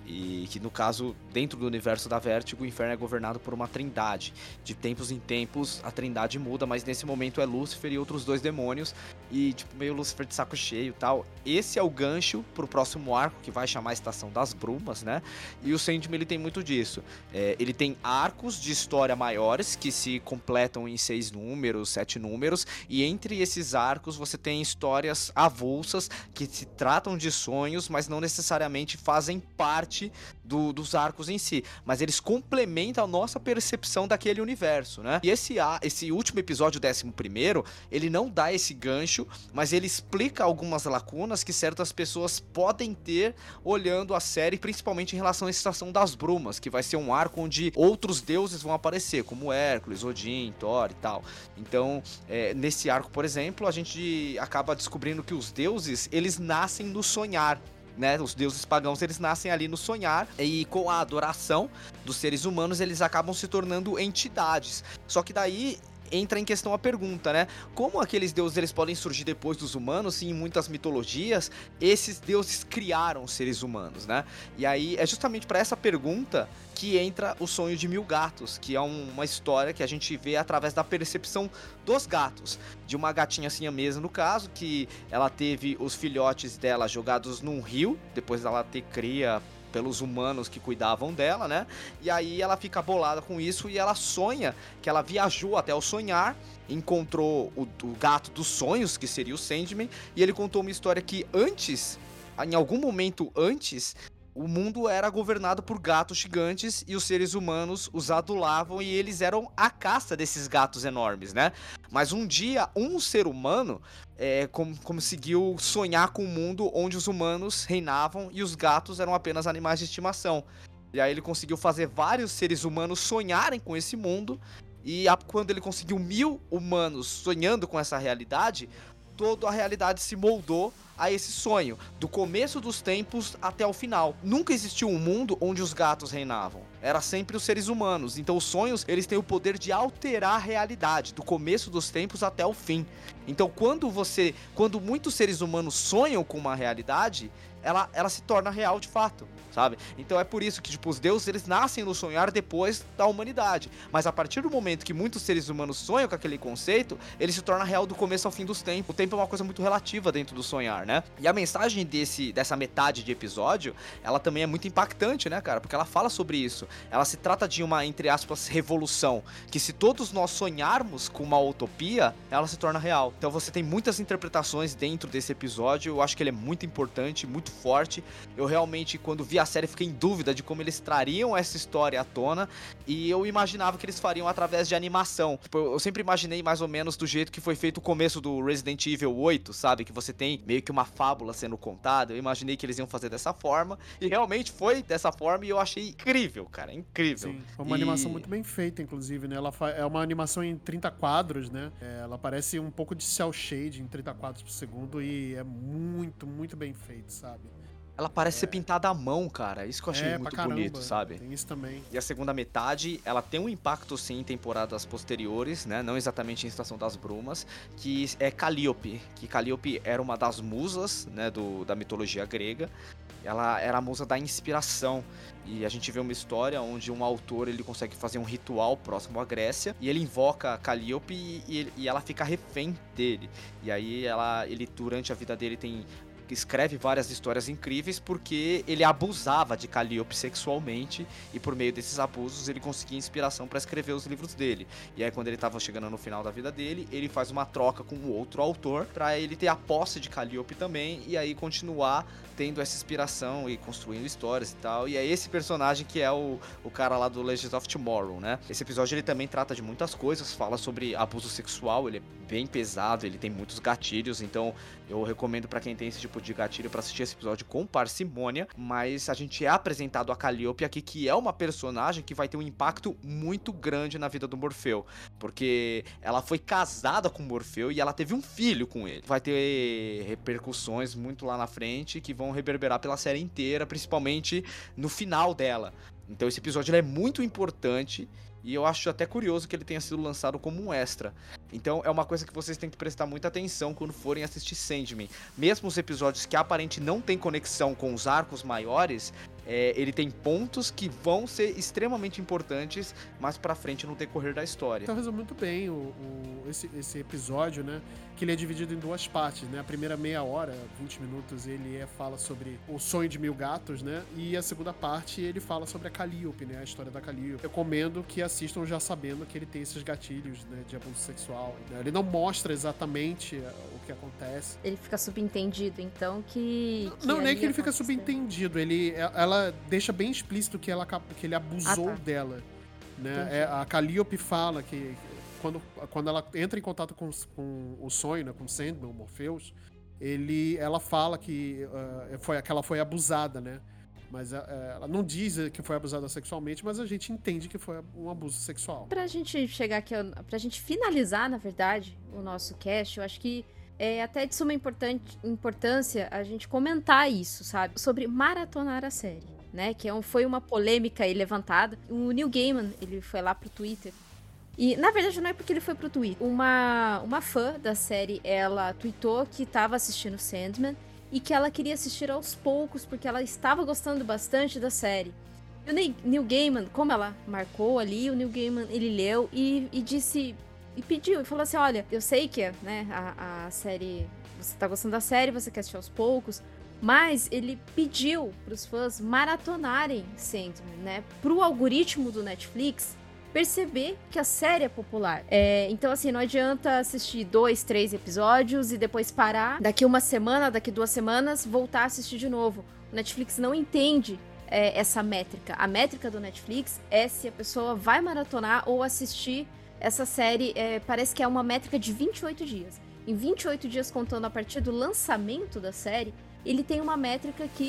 E que, no caso, dentro do universo da Vértigo, o inferno é governado por uma trindade. De tempos em tempos, a trindade muda, mas nesse momento é Lúcifer e outros dois demônios. E, tipo, meio Lúcifer de saco cheio e tal. Esse é o gancho pro próximo arco, que vai chamar a Estação das Brumas, né? E o Sandman, ele tem muito disso. É, ele tem arcos de história maiores, que se completam em seis números, sete números. E entre esses arcos, você tem histórias avulsas, que se tratam de sonhos, mas não necessariamente fazem parte Do, dos arcos em si, mas eles complementam a nossa percepção daquele universo, né? E esse, esse último episódio, o décimo primeiro, ele não dá esse gancho, mas ele explica algumas lacunas que certas pessoas podem ter olhando a série, principalmente em relação à Estação das Brumas, que vai ser um arco onde outros deuses vão aparecer, como Hércules, Odin, Thor e tal. Então, é, nesse arco, por exemplo, a gente acaba descobrindo que os deuses, eles nascem no sonhar. Né, os deuses pagãos, eles nascem ali no sonhar, e com a adoração dos seres humanos eles acabam se tornando entidades. Só que daí entra em questão a pergunta, né? Como aqueles deuses eles podem surgir depois dos humanos, se em muitas mitologias esses deuses criaram os seres humanos, né? E aí é justamente para essa pergunta que entra o Sonho de Mil Gatos, que é um, uma história que a gente vê através da percepção dos gatos, de uma gatinha siamesa no caso, que ela teve os filhotes dela jogados num rio, depois dela ter cria pelos humanos que cuidavam dela, né? E aí ela fica bolada com isso e ela sonha que ela viajou até o sonhar, encontrou o, o gato dos sonhos, que seria o Sandman, e ele contou uma história que antes, em algum momento antes, o mundo era governado por gatos gigantes e os seres humanos os adulavam e eles eram a caça desses gatos enormes, né? Mas um dia, um ser humano é, com, conseguiu sonhar com um mundo onde os humanos reinavam e os gatos eram apenas animais de estimação. E aí ele conseguiu fazer vários seres humanos sonharem com esse mundo, e a, quando ele conseguiu mil humanos sonhando com essa realidade, toda a realidade se moldou a esse sonho, do começo dos tempos até o final. Nunca existiu um mundo onde os gatos reinavam. era sempre os seres humanos. Então os sonhos, eles têm o poder de alterar a realidade, do começo dos tempos até o fim. Então quando você, quando muitos seres humanos sonham com uma realidade, ela, ela se torna real de fato, sabe? Então é por isso que, tipo, os deuses, eles nascem no sonhar depois da humanidade. Mas a partir do momento que muitos seres humanos sonham com aquele conceito, ele se torna real do começo ao fim dos tempos. O tempo é uma coisa muito relativa dentro do sonhar, né? E a mensagem desse, dessa metade de episódio, ela também é muito impactante, né, cara? Porque ela fala sobre isso. Ela se trata de uma, entre aspas, revolução. Que se todos nós sonharmos com uma utopia, ela se torna real. Então você tem muitas interpretações dentro desse episódio. Eu acho que ele é muito importante, muito forte. Eu realmente, quando vi a série, fiquei em dúvida de como eles trariam essa história à tona, e eu imaginava que eles fariam através de animação. Tipo, eu sempre imaginei mais ou menos do jeito que foi feito o começo do Resident Evil oito, sabe? Que você tem meio que uma fábula sendo contada. Eu imaginei que eles iam fazer dessa forma, e realmente foi dessa forma, e eu achei incrível, cara, incrível. Sim, foi uma e... animação muito bem feita, inclusive, né? Ela fa... é uma animação em trinta quadros, né? É, ela parece um pouco de cel shade em trinta quadros por segundo, e é muito, muito bem feito, sabe? Ela parece é. ser pintada à mão, cara. Isso que eu achei é, muito caramba, bonito, sabe? Tem isso também. E a segunda metade, ela tem um impacto, sim, em temporadas posteriores, né? Não exatamente em Estação das Brumas, que é Calliope. Que Calliope era uma das musas, né, do, da mitologia grega. Ela era a musa da inspiração. E a gente vê uma história onde um autor, ele consegue fazer um ritual próximo à Grécia, e ele invoca Calliope e, e ela fica refém dele. E aí ela, ele, durante a vida dele, tem... escreve várias histórias incríveis porque ele abusava de Calliope sexualmente, e por meio desses abusos ele conseguia inspiração para escrever os livros dele. E aí quando ele tava chegando no final da vida dele, ele faz uma troca com um outro autor para ele ter a posse de Calliope também, e aí continuar tendo essa inspiração e construindo histórias e tal. E é esse personagem que é o, o cara lá do Legends of Tomorrow, né? Esse episódio ele também trata de muitas coisas, fala sobre abuso sexual, ele é bem pesado, ele tem muitos gatilhos, então eu recomendo para quem tem esse tipo de gatilho para assistir esse episódio com parcimônia. Mas a gente é apresentado a Calliope aqui, que é uma personagem que vai ter um impacto muito grande na vida do Morfeu, porque ela foi casada com o Morfeu e ela teve um filho com ele. Vai ter repercussões muito lá na frente que vão reverberar pela série inteira, principalmente no final dela. Então esse episódio ele é muito importante, e eu acho até curioso que ele tenha sido lançado como um extra. Então é uma coisa que vocês têm que prestar muita atenção quando forem assistir Sandman. Mesmo os episódios que aparentemente não tem conexão com os arcos maiores, é, ele tem pontos que vão ser extremamente importantes mais pra frente no decorrer da história. Então resume muito bem o, o, esse, esse episódio, né? Que ele é dividido em duas partes, né? A primeira meia hora, vinte minutos, ele é, fala sobre o sonho de mil gatos, né? E a segunda parte, ele fala sobre a Calliope, né? A história da Calliope. Eu recomendo que assistam já sabendo que ele tem esses gatilhos, né? De abuso sexual. Né? Ele não mostra exatamente o que acontece. Ele fica subentendido, então, que... que não, nem é que ele fica aconteceu. subentendido. Ele, ela deixa bem explícito que, ela, que ele abusou ah, tá. dela. Né? É, a Calliope fala que... Quando, quando ela entra em contato com, com o sonho, né, com o Sandman, o Morpheus, ele, ela fala que, uh, foi, que ela foi abusada, né? Mas uh, ela não diz que foi abusada sexualmente, mas a gente entende que foi um abuso sexual. Pra gente chegar aqui, pra gente finalizar, na verdade, o nosso cast, eu acho que é até de suma importante, importância a gente comentar isso, sabe? Sobre maratonar a série, né? Que é um, foi uma polêmica aí levantada. O Neil Gaiman, ele foi lá pro Twitter. E, na verdade, não é porque ele foi pro Twitter. Uma, uma fã da série, ela tweetou que tava assistindo Sandman e que ela queria assistir aos poucos porque ela estava gostando bastante da série. E o Neil Gaiman, como ela marcou ali, o Neil Gaiman, ele leu e, e disse... E pediu, e falou assim, olha, eu sei que né, a, a série... Você tá gostando da série, você quer assistir aos poucos... Mas ele pediu pros fãs maratonarem Sandman, né? Pro algoritmo do Netflix... perceber que a série é popular. É, então, assim, não adianta assistir dois, três episódios e depois parar. Daqui uma semana, daqui duas semanas, voltar a assistir de novo. O Netflix não entende é, essa métrica. A métrica do Netflix é se a pessoa vai maratonar ou assistir essa série. É, parece que é uma métrica de vinte e oito dias. Em vinte e oito dias, contando a partir do lançamento da série, ele tem uma métrica que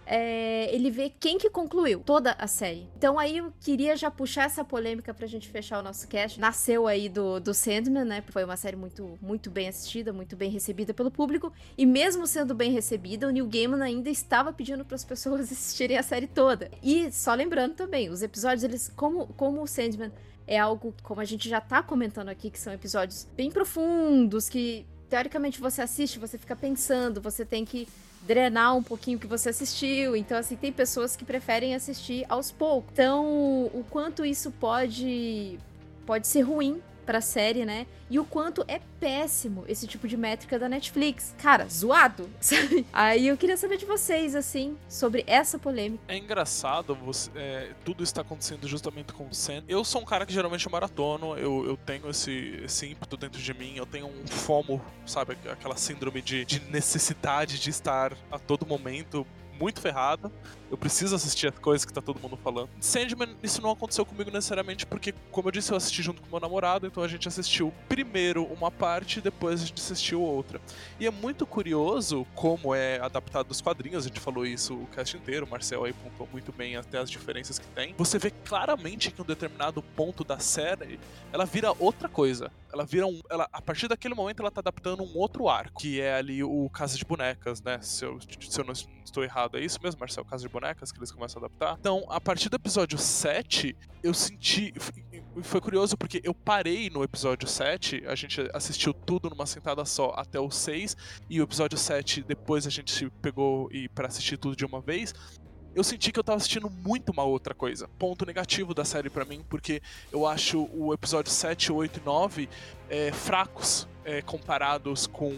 é, ele vê quem que concluiu toda a série. Então aí eu queria já puxar essa polêmica pra gente fechar o nosso cast. Nasceu aí do, do Sandman, né? Foi uma série muito, muito bem assistida, muito bem recebida pelo público. E mesmo sendo bem recebida, o Neil Gaiman ainda estava pedindo para as pessoas assistirem a série toda. E só lembrando também, os episódios, eles, como, como o Sandman é algo, como a gente já tá comentando aqui, que são episódios bem profundos, que teoricamente você assiste, você fica pensando, você tem que drenar um pouquinho o que você assistiu. Então, assim, tem pessoas que preferem assistir aos poucos. Então, o quanto isso pode, pode ser ruim pra série, né? E o quanto é péssimo esse tipo de métrica da Netflix. Cara, zoado, sabe? Aí eu queria saber de vocês, assim, sobre essa polêmica. É engraçado, você, é, tudo está acontecendo justamente com o Sam. Eu sou um cara que geralmente maratono, eu, eu tenho esse, esse ímpeto dentro de mim, eu tenho um FOMO, sabe? Aquela síndrome de, de necessidade de estar a todo momento muito ferrado. Eu preciso assistir as coisas que tá todo mundo falando. Sandman, isso não aconteceu comigo necessariamente porque, como eu disse, eu assisti junto com meu namorado, então a gente assistiu primeiro uma parte e depois a gente assistiu outra. E é muito curioso como é adaptado dos quadrinhos, a gente falou isso o cast inteiro, o Marcel aí pontuou muito bem até as diferenças que tem. Você vê claramente que em um determinado ponto da série, ela vira outra coisa. Ela vira um... Ela, a partir daquele momento, ela tá adaptando um outro arco, que é ali o Casa de Bonecas, né? Se eu, se eu não estou errado, é isso mesmo, Marcel? Casa de Bonecas, que eles começam a adaptar. Então, a partir do episódio sete, eu senti... Foi curioso porque eu parei no episódio sete, a gente assistiu tudo numa sentada só até o seis, e o episódio sete, depois a gente pegou e pra assistir tudo de uma vez. Eu senti que eu tava assistindo muito uma outra coisa. Ponto negativo da série pra mim, porque eu acho o episódio sete, oito e nove é, fracos é, comparados com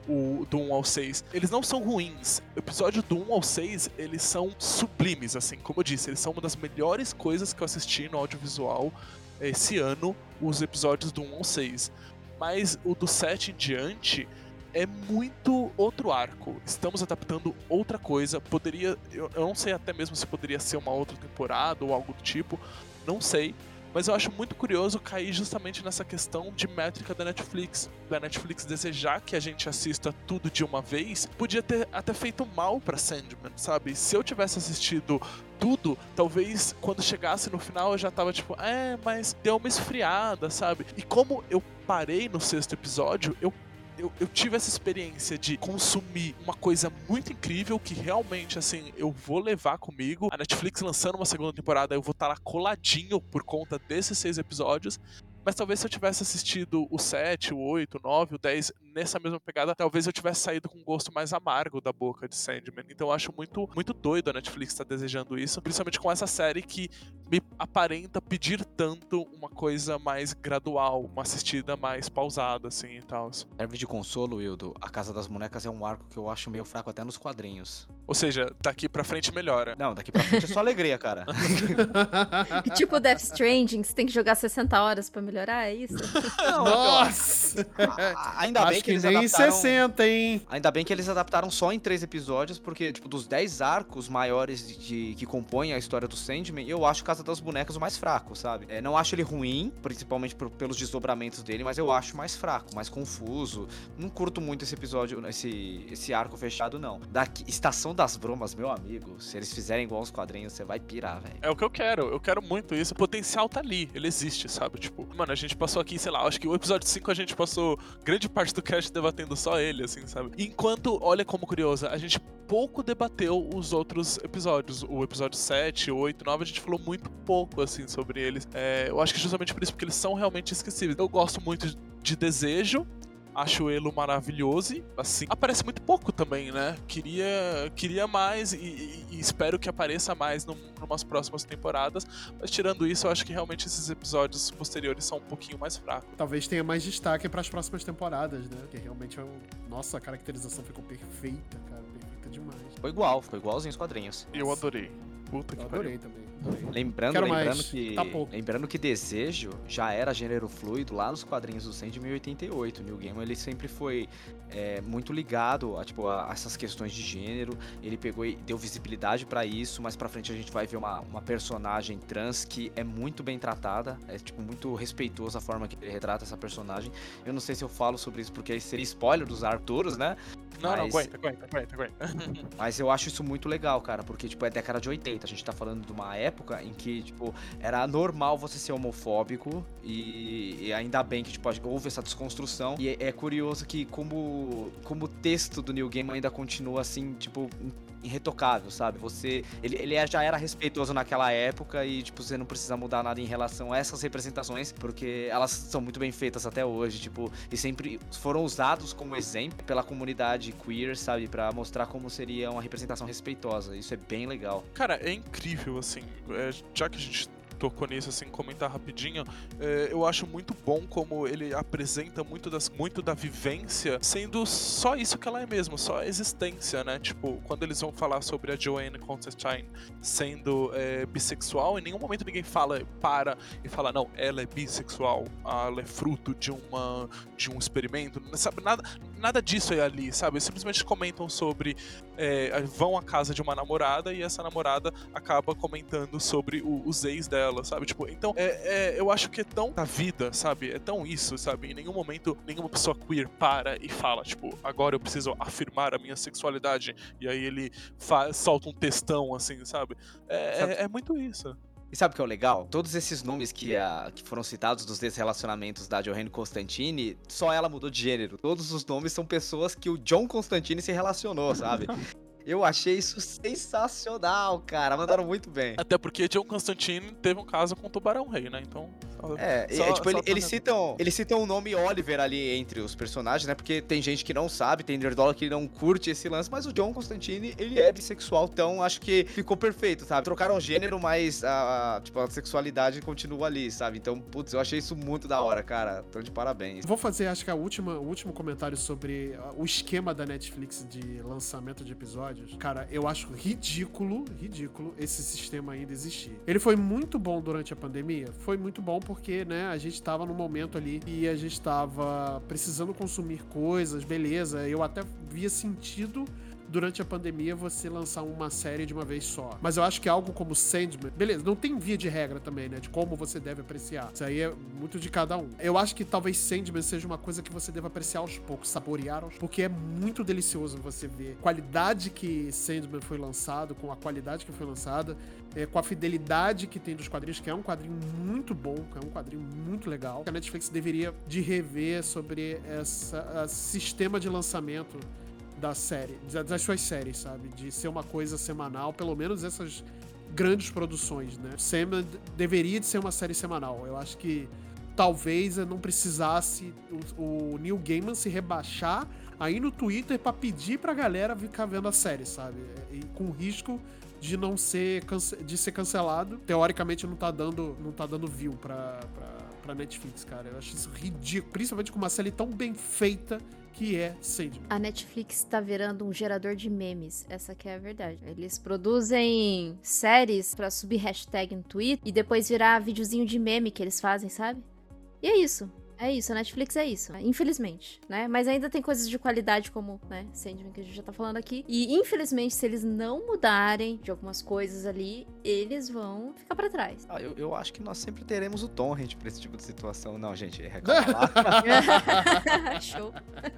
o do um ao seis. Eles não são ruins. O episódio do um ao seis, eles são sublimes, assim, como eu disse. Eles são uma das melhores coisas que eu assisti no audiovisual esse ano, os episódios do um ao seis. Mas o do sete em diante é muito outro arco. Estamos adaptando outra coisa. Poderia... Eu, eu não sei até mesmo se poderia ser uma outra temporada ou algo do tipo. Não sei. Mas eu acho muito curioso cair justamente nessa questão de métrica da Netflix. Da Netflix desejar que a gente assista tudo de uma vez. Podia ter até feito mal pra Sandman, sabe? Se eu tivesse assistido tudo, talvez quando chegasse no final eu já tava tipo, é, mas deu uma esfriada, sabe? E como eu parei no sexto episódio, eu Eu, eu tive essa experiência de consumir uma coisa muito incrível que realmente, assim, eu vou levar comigo. A Netflix lançando uma segunda temporada, eu vou estar lá coladinho por conta desses seis episódios. Mas talvez se eu tivesse assistido o sete, o oito, o nove, o dez nessa mesma pegada, talvez eu tivesse saído com um gosto mais amargo da boca de Sandman. Então eu acho muito, muito doido a Netflix estar desejando isso, principalmente com essa série que me aparenta pedir tanto uma coisa mais gradual, uma assistida mais pausada, assim, e tal. Serve de consolo, Wildo. A Casa das Bonecas é um arco que eu acho meio fraco até nos quadrinhos. Ou seja, daqui pra frente melhora. Não, daqui pra frente é só alegria, cara. Tipo Death Stranding, você tem que jogar sessenta horas pra melhorar, é isso? Não, Nossa! a- ainda Acho bem que, que eles nem adaptaram... sessenta, hein? Ainda bem que eles adaptaram só em três episódios, porque, tipo, dos dez arcos maiores de, de- que compõem a história do Sandman, eu acho Casa das Bonecas o mais fraco, sabe? É, não acho ele ruim, principalmente por- pelos desdobramentos dele, mas eu acho mais fraco, mais confuso. Não curto muito esse episódio, esse, esse arco fechado, não. Daqui, Estação das Bromas, meu amigo, se eles fizerem igual os quadrinhos, você vai pirar, velho. É o que eu quero, eu quero muito isso. O potencial tá ali, ele existe, sabe? Tipo, mano, a gente passou aqui, sei lá, acho que o episódio cinco a gente passou grande parte do cast debatendo só ele, assim, sabe? Enquanto, olha como curiosa, a gente pouco debateu os outros episódios. O episódio sete, oito, nove, a gente falou muito pouco, assim, sobre eles. É, eu acho que justamente por isso, porque eles são realmente esquecíveis. Eu gosto muito de Desejo. Acho ele maravilhoso, assim. Aparece muito pouco também, né? Queria, queria mais e, e, e espero que apareça mais num, numas próximas temporadas. Mas tirando isso, eu acho que realmente esses episódios posteriores são um pouquinho mais fracos. Talvez tenha mais destaque para as próximas temporadas, né? Porque realmente é um... Nossa, a caracterização ficou perfeita, cara. Perfeita demais. Ficou igual, ficou igualzinho os quadrinhos. E eu adorei. Puta que Eu pariu. adorei também. Adorei. Lembrando, Quero lembrando mais. que Tá pouco. lembrando que Desejo já era gênero fluido lá nos quadrinhos do Sandman em oitenta e oito. O Neil Gaiman, ele sempre foi é, muito ligado a, tipo, a essas questões de gênero. Ele pegou e deu visibilidade pra isso. Mais pra frente a gente vai ver uma, uma personagem trans que é muito bem tratada. É tipo muito respeitosa a forma que ele retrata essa personagem. Eu não sei se eu falo sobre isso porque aí seria spoiler dos Arturos, né? Não, mas... não, aguenta, aguenta, aguenta, aguenta. Mas eu acho isso muito legal, cara, porque, tipo, é década de oitenta, a gente tá falando de uma época em que, tipo, era normal você ser homofóbico e, e ainda bem que, tipo, houve essa desconstrução. E é, é curioso que como, como o texto do Neil Gaiman ainda continua, assim, tipo, irretocável, sabe? Você, ele, ele já era respeitoso naquela época e, tipo, você não precisa mudar nada em relação a essas representações, porque elas são muito bem feitas até hoje, tipo, e sempre foram usados como exemplo pela comunidade queer, sabe? Pra mostrar como seria uma representação respeitosa. Isso é bem legal. Cara, é incrível, assim, é, já que a gente tocou nisso, assim, comentar rapidinho, é, eu acho muito bom como ele apresenta muito, das, muito da vivência sendo só isso que ela é mesmo, só a existência, né? Tipo, quando eles vão falar sobre a Joanne Constantine sendo é, bissexual, em nenhum momento ninguém fala, para e fala, não, ela é bissexual, ela é fruto de, uma, de um experimento, sabe? Nada, nada disso é ali, sabe? Eles simplesmente comentam sobre, é, vão à casa de uma namorada e essa namorada acaba comentando sobre o, os ex dela, sabe? Tipo, então, é, é, eu acho que é tão na vida, sabe? É tão isso, sabe? Em nenhum momento, nenhuma pessoa queer para e fala, tipo, agora eu preciso afirmar a minha sexualidade. E aí ele faz, solta um textão, assim, sabe? É, é, é muito isso. E sabe o que é o legal? Todos esses nomes que, a, que foram citados dos desrelacionamentos da Joanne Constantine, só ela mudou de gênero. Todos os nomes são pessoas que o John Constantine se relacionou, sabe? Eu achei isso sensacional, cara. Mandaram muito bem. Até porque John Constantine teve um caso com o Tubarão Rei, né? Então... É, só, é tipo, ele, eles, citam, eles citam o nome Oliver ali entre os personagens, né? Porque tem gente que não sabe, tem nerdola que não curte esse lance, mas o John Constantine, ele é bissexual, então acho que ficou perfeito, sabe? Trocaram o gênero, mas a, tipo, a sexualidade continua ali, sabe? Então, putz, eu achei isso muito da hora, cara. Então, de parabéns. Vou fazer, acho que a última, o último comentário sobre o esquema da Netflix de lançamento de episódios. Cara, eu acho ridículo, ridículo esse sistema ainda existir. Ele foi muito bom durante a pandemia? Foi muito bom porque, né, a gente tava num momento ali e a gente tava precisando consumir coisas, beleza. Eu até via sentido durante a pandemia você lançar uma série de uma vez só. Mas eu acho que algo como Sandman, beleza, não tem via de regra também, né, de como você deve apreciar. Isso aí é muito de cada um. Eu acho que talvez Sandman seja uma coisa que você deva apreciar aos poucos, saborear aos poucos, porque é muito delicioso você ver a qualidade que Sandman foi lançado, com a qualidade que foi lançada, é, com a fidelidade que tem dos quadrinhos, que é um quadrinho muito bom, que é um quadrinho muito legal. A Netflix deveria de rever sobre esse sistema de lançamento da série, das suas séries, sabe? De ser uma coisa semanal, pelo menos essas grandes produções, né? Sandman deveria de ser uma série semanal. Eu acho que talvez eu não precisasse o, o Neil Gaiman se rebaixar aí no Twitter pra pedir pra galera ficar vendo a série, sabe? E com risco de não ser, de ser cancelado. Teoricamente não tá dando, não tá dando view pra, pra, pra Netflix, cara. Eu acho isso ridículo, principalmente com uma série tão bem feita que é Sandman. A Netflix tá virando um gerador de memes, essa que é a verdade. Eles produzem séries pra subir hashtag no Twitter e depois virar videozinho de meme que eles fazem, sabe? E é isso. É isso, a Netflix é isso, infelizmente, né? Mas ainda tem coisas de qualidade como, né, Sandman, que a gente já tá falando aqui. E, infelizmente, se eles não mudarem de algumas coisas ali, eles vão ficar pra trás. Ah, eu, eu acho que nós sempre teremos o Torrent pra esse tipo de situação. Não, gente, reclama lá. Show.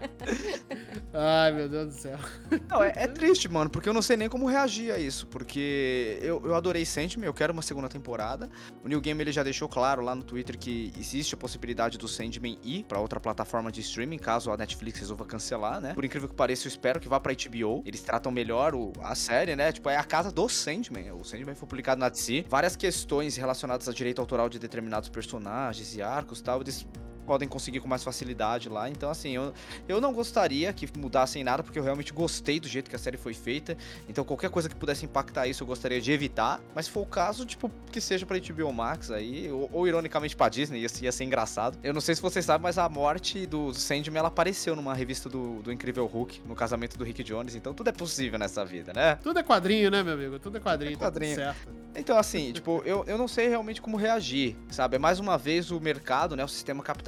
Ai, meu Deus do céu. Não, é, é triste, mano, porque eu não sei nem como reagir a isso, porque eu, eu adorei Sandman, eu quero uma segunda temporada. O Neil Gaiman, ele já deixou claro lá no Twitter que existe a possibilidade do Sandman ir pra outra plataforma de streaming, caso a Netflix resolva cancelar, né? Por incrível que pareça, eu espero que vá pra H B O. Eles tratam melhor o, a série, né? Tipo, é a casa do Sandman. O Sandman foi publicado na D C. Várias questões relacionadas a direito autoral de determinados personagens e arcos e tal, eles podem conseguir com mais facilidade lá. Então, assim, eu, eu não gostaria que mudassem nada, porque eu realmente gostei do jeito que a série foi feita. Então, qualquer coisa que pudesse impactar isso, eu gostaria de evitar. Mas se for o caso, tipo, que seja pra H B O Max aí, ou, ou ironicamente pra Disney, ia, ia ser engraçado. Eu não sei se vocês sabem, mas a morte do Sandman, ela apareceu numa revista do, do Incrível Hulk, no casamento do Rick Jones. Então, tudo é possível nessa vida, né? Tudo é quadrinho, né, meu amigo? Tudo é quadrinho, tudo é quadrinho. Tá tudo certo. Então, assim, tipo, eu, eu não sei realmente como reagir, sabe? É mais uma vez o mercado, né, o sistema capitalista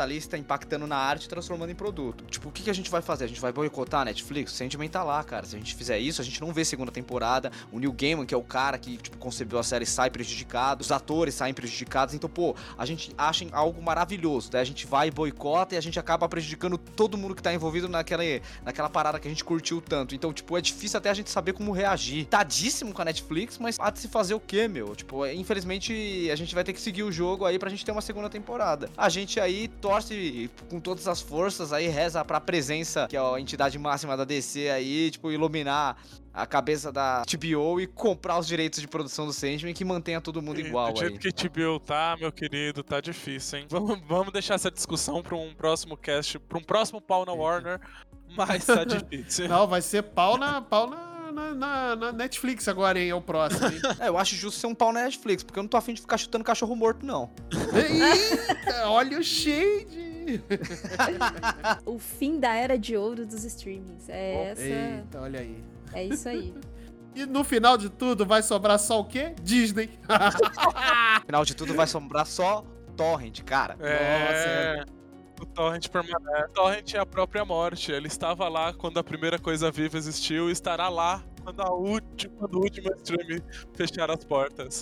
ali está impactando na arte e transformando em produto. Tipo, o que, que a gente vai fazer? A gente vai boicotar a Netflix? O Sandman tá lá, cara. Se a gente fizer isso, a gente não vê segunda temporada. O Neil Gaiman, que é o cara que, tipo, concebeu a série, sai prejudicado. Os atores saem prejudicados. Então, pô, a gente acha algo maravilhoso. Daí a gente vai e boicota e a gente acaba prejudicando todo mundo que tá envolvido naquela, naquela parada que a gente curtiu tanto. Então, tipo, é difícil até a gente saber como reagir. Tadíssimo com a Netflix, mas há de se fazer o quê, meu? Tipo, infelizmente, a gente vai ter que seguir o jogo aí pra gente ter uma segunda temporada. A gente aí torce com todas as forças aí, reza pra presença, que é a entidade máxima da D C aí, tipo, iluminar a cabeça da H B O e comprar os direitos de produção do Sandman, que mantenha todo mundo igual. Do jeito aí. que H B O tá, meu querido, tá difícil, hein? Vamos, vamos deixar essa discussão pra um próximo cast, pra um próximo pau na Warner, mas tá difícil. Não, vai ser pau na, pau na, na, na, na Netflix agora, hein? É o próximo, hein? É, eu acho justo ser um pau na Netflix, porque eu não tô afim de ficar chutando cachorro morto, não. Eita, olha o shade! O fim da era de ouro dos streamings. É essa. Eita, olha aí. É isso aí. E no final de tudo vai sobrar só o quê? Disney. No final de tudo vai sobrar só Torrent, cara. É... Nossa, o Torrent permanece. O Torrent é a própria morte. Ele estava lá quando a primeira coisa viva existiu e estará lá quando, a última, quando o último stream fechar as portas.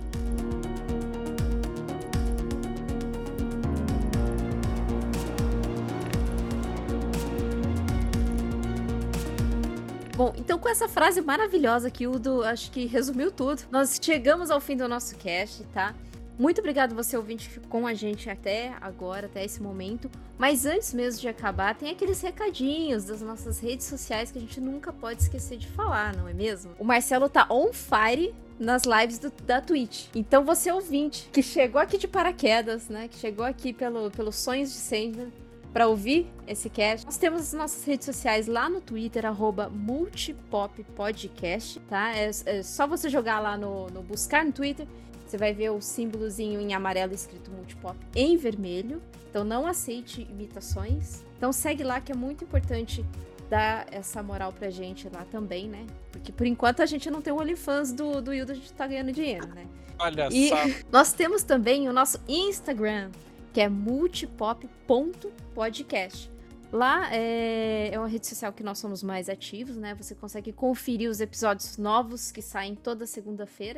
Bom, então com essa frase maravilhosa que o Udo, acho que resumiu tudo, nós chegamos ao fim do nosso cast, tá? Muito obrigado você, ouvinte, que ficou com a gente até agora, até esse momento. Mas antes mesmo de acabar, tem aqueles recadinhos das nossas redes sociais que a gente nunca pode esquecer de falar, não é mesmo? O Marcelo tá on fire nas lives do, da Twitch. Então você, ouvinte, que chegou aqui de paraquedas, né? Que chegou aqui pelo, pelos sonhos de Sandman, para ouvir esse cast, nós temos as nossas redes sociais lá no Twitter, arroba multipoppodcast, tá? É, é só você jogar lá no, no buscar no Twitter, você vai ver o símbolozinho em amarelo escrito Multipop em vermelho. Então não aceite imitações. Então segue lá, que é muito importante dar essa moral pra gente lá também, né? Porque por enquanto a gente não tem o OnlyFans do, do Hildo, a gente tá ganhando dinheiro, né? Olha E só. nós temos também o nosso Instagram, que é multipop ponto podcast. Lá é, é uma rede social que nós somos mais ativos, né? Você consegue conferir os episódios novos que saem toda segunda-feira.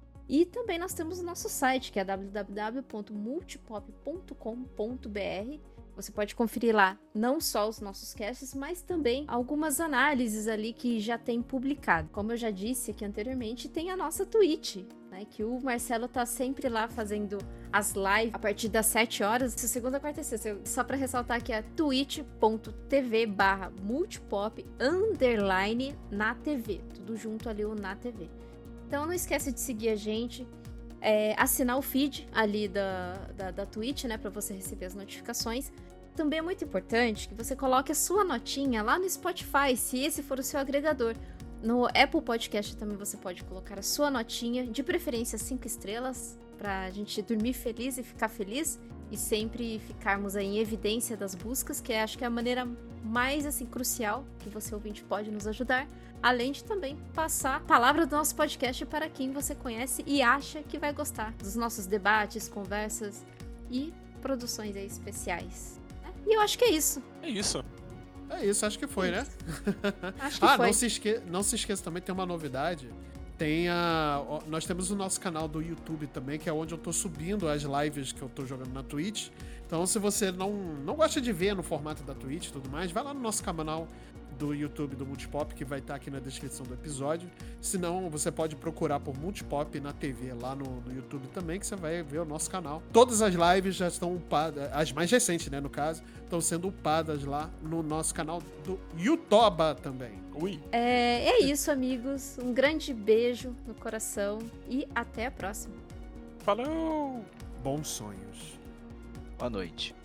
E também nós temos o nosso site, que é w w w ponto multipop ponto com ponto b r. Você pode conferir lá não só os nossos casts, mas também algumas análises ali que já tem publicado. Como eu já disse aqui anteriormente, tem a nossa Twitch, né, que o Marcelo tá sempre lá fazendo as lives a partir das sete horas, de segunda, quarta e sexta. Só para ressaltar que é twitch ponto t v barra multipop underline na T V. Tudo junto ali, o na T V. Então não esquece de seguir a gente, é, assinar o feed ali da, da, da Twitch, né, para você receber as notificações. Também é muito importante que você coloque a sua notinha lá no Spotify, se esse for o seu agregador. No Apple Podcast também você pode colocar a sua notinha, de preferência cinco estrelas, pra gente dormir feliz e ficar feliz, e sempre ficarmos aí em evidência das buscas, que acho que é a maneira mais, assim, crucial que você, ouvinte, pode nos ajudar. Além de também passar a palavra do nosso podcast para quem você conhece e acha que vai gostar dos nossos debates, conversas e produções aí especiais. Né? E eu acho que é isso. É isso. É isso, acho que foi, É né? Acho que ah, foi. Não, se esque... não se esqueça também, tem uma novidade. Tem a... Nós temos o nosso canal do YouTube também, que é onde eu tô subindo as lives que eu tô jogando na Twitch. Então, se você não, não gosta de ver no formato da Twitch e tudo mais, vai lá no nosso canal do YouTube do Multipop, que vai estar aqui na descrição do episódio. Se não, você pode procurar por Multipop na T V lá no, no YouTube também, que você vai ver o nosso canal. Todas as lives já estão upadas, as mais recentes, né, no caso, estão sendo upadas lá no nosso canal do YouTube também. Ui. É, é isso, amigos. Um grande beijo no coração e até a próxima. Falou! Bons sonhos. Boa noite.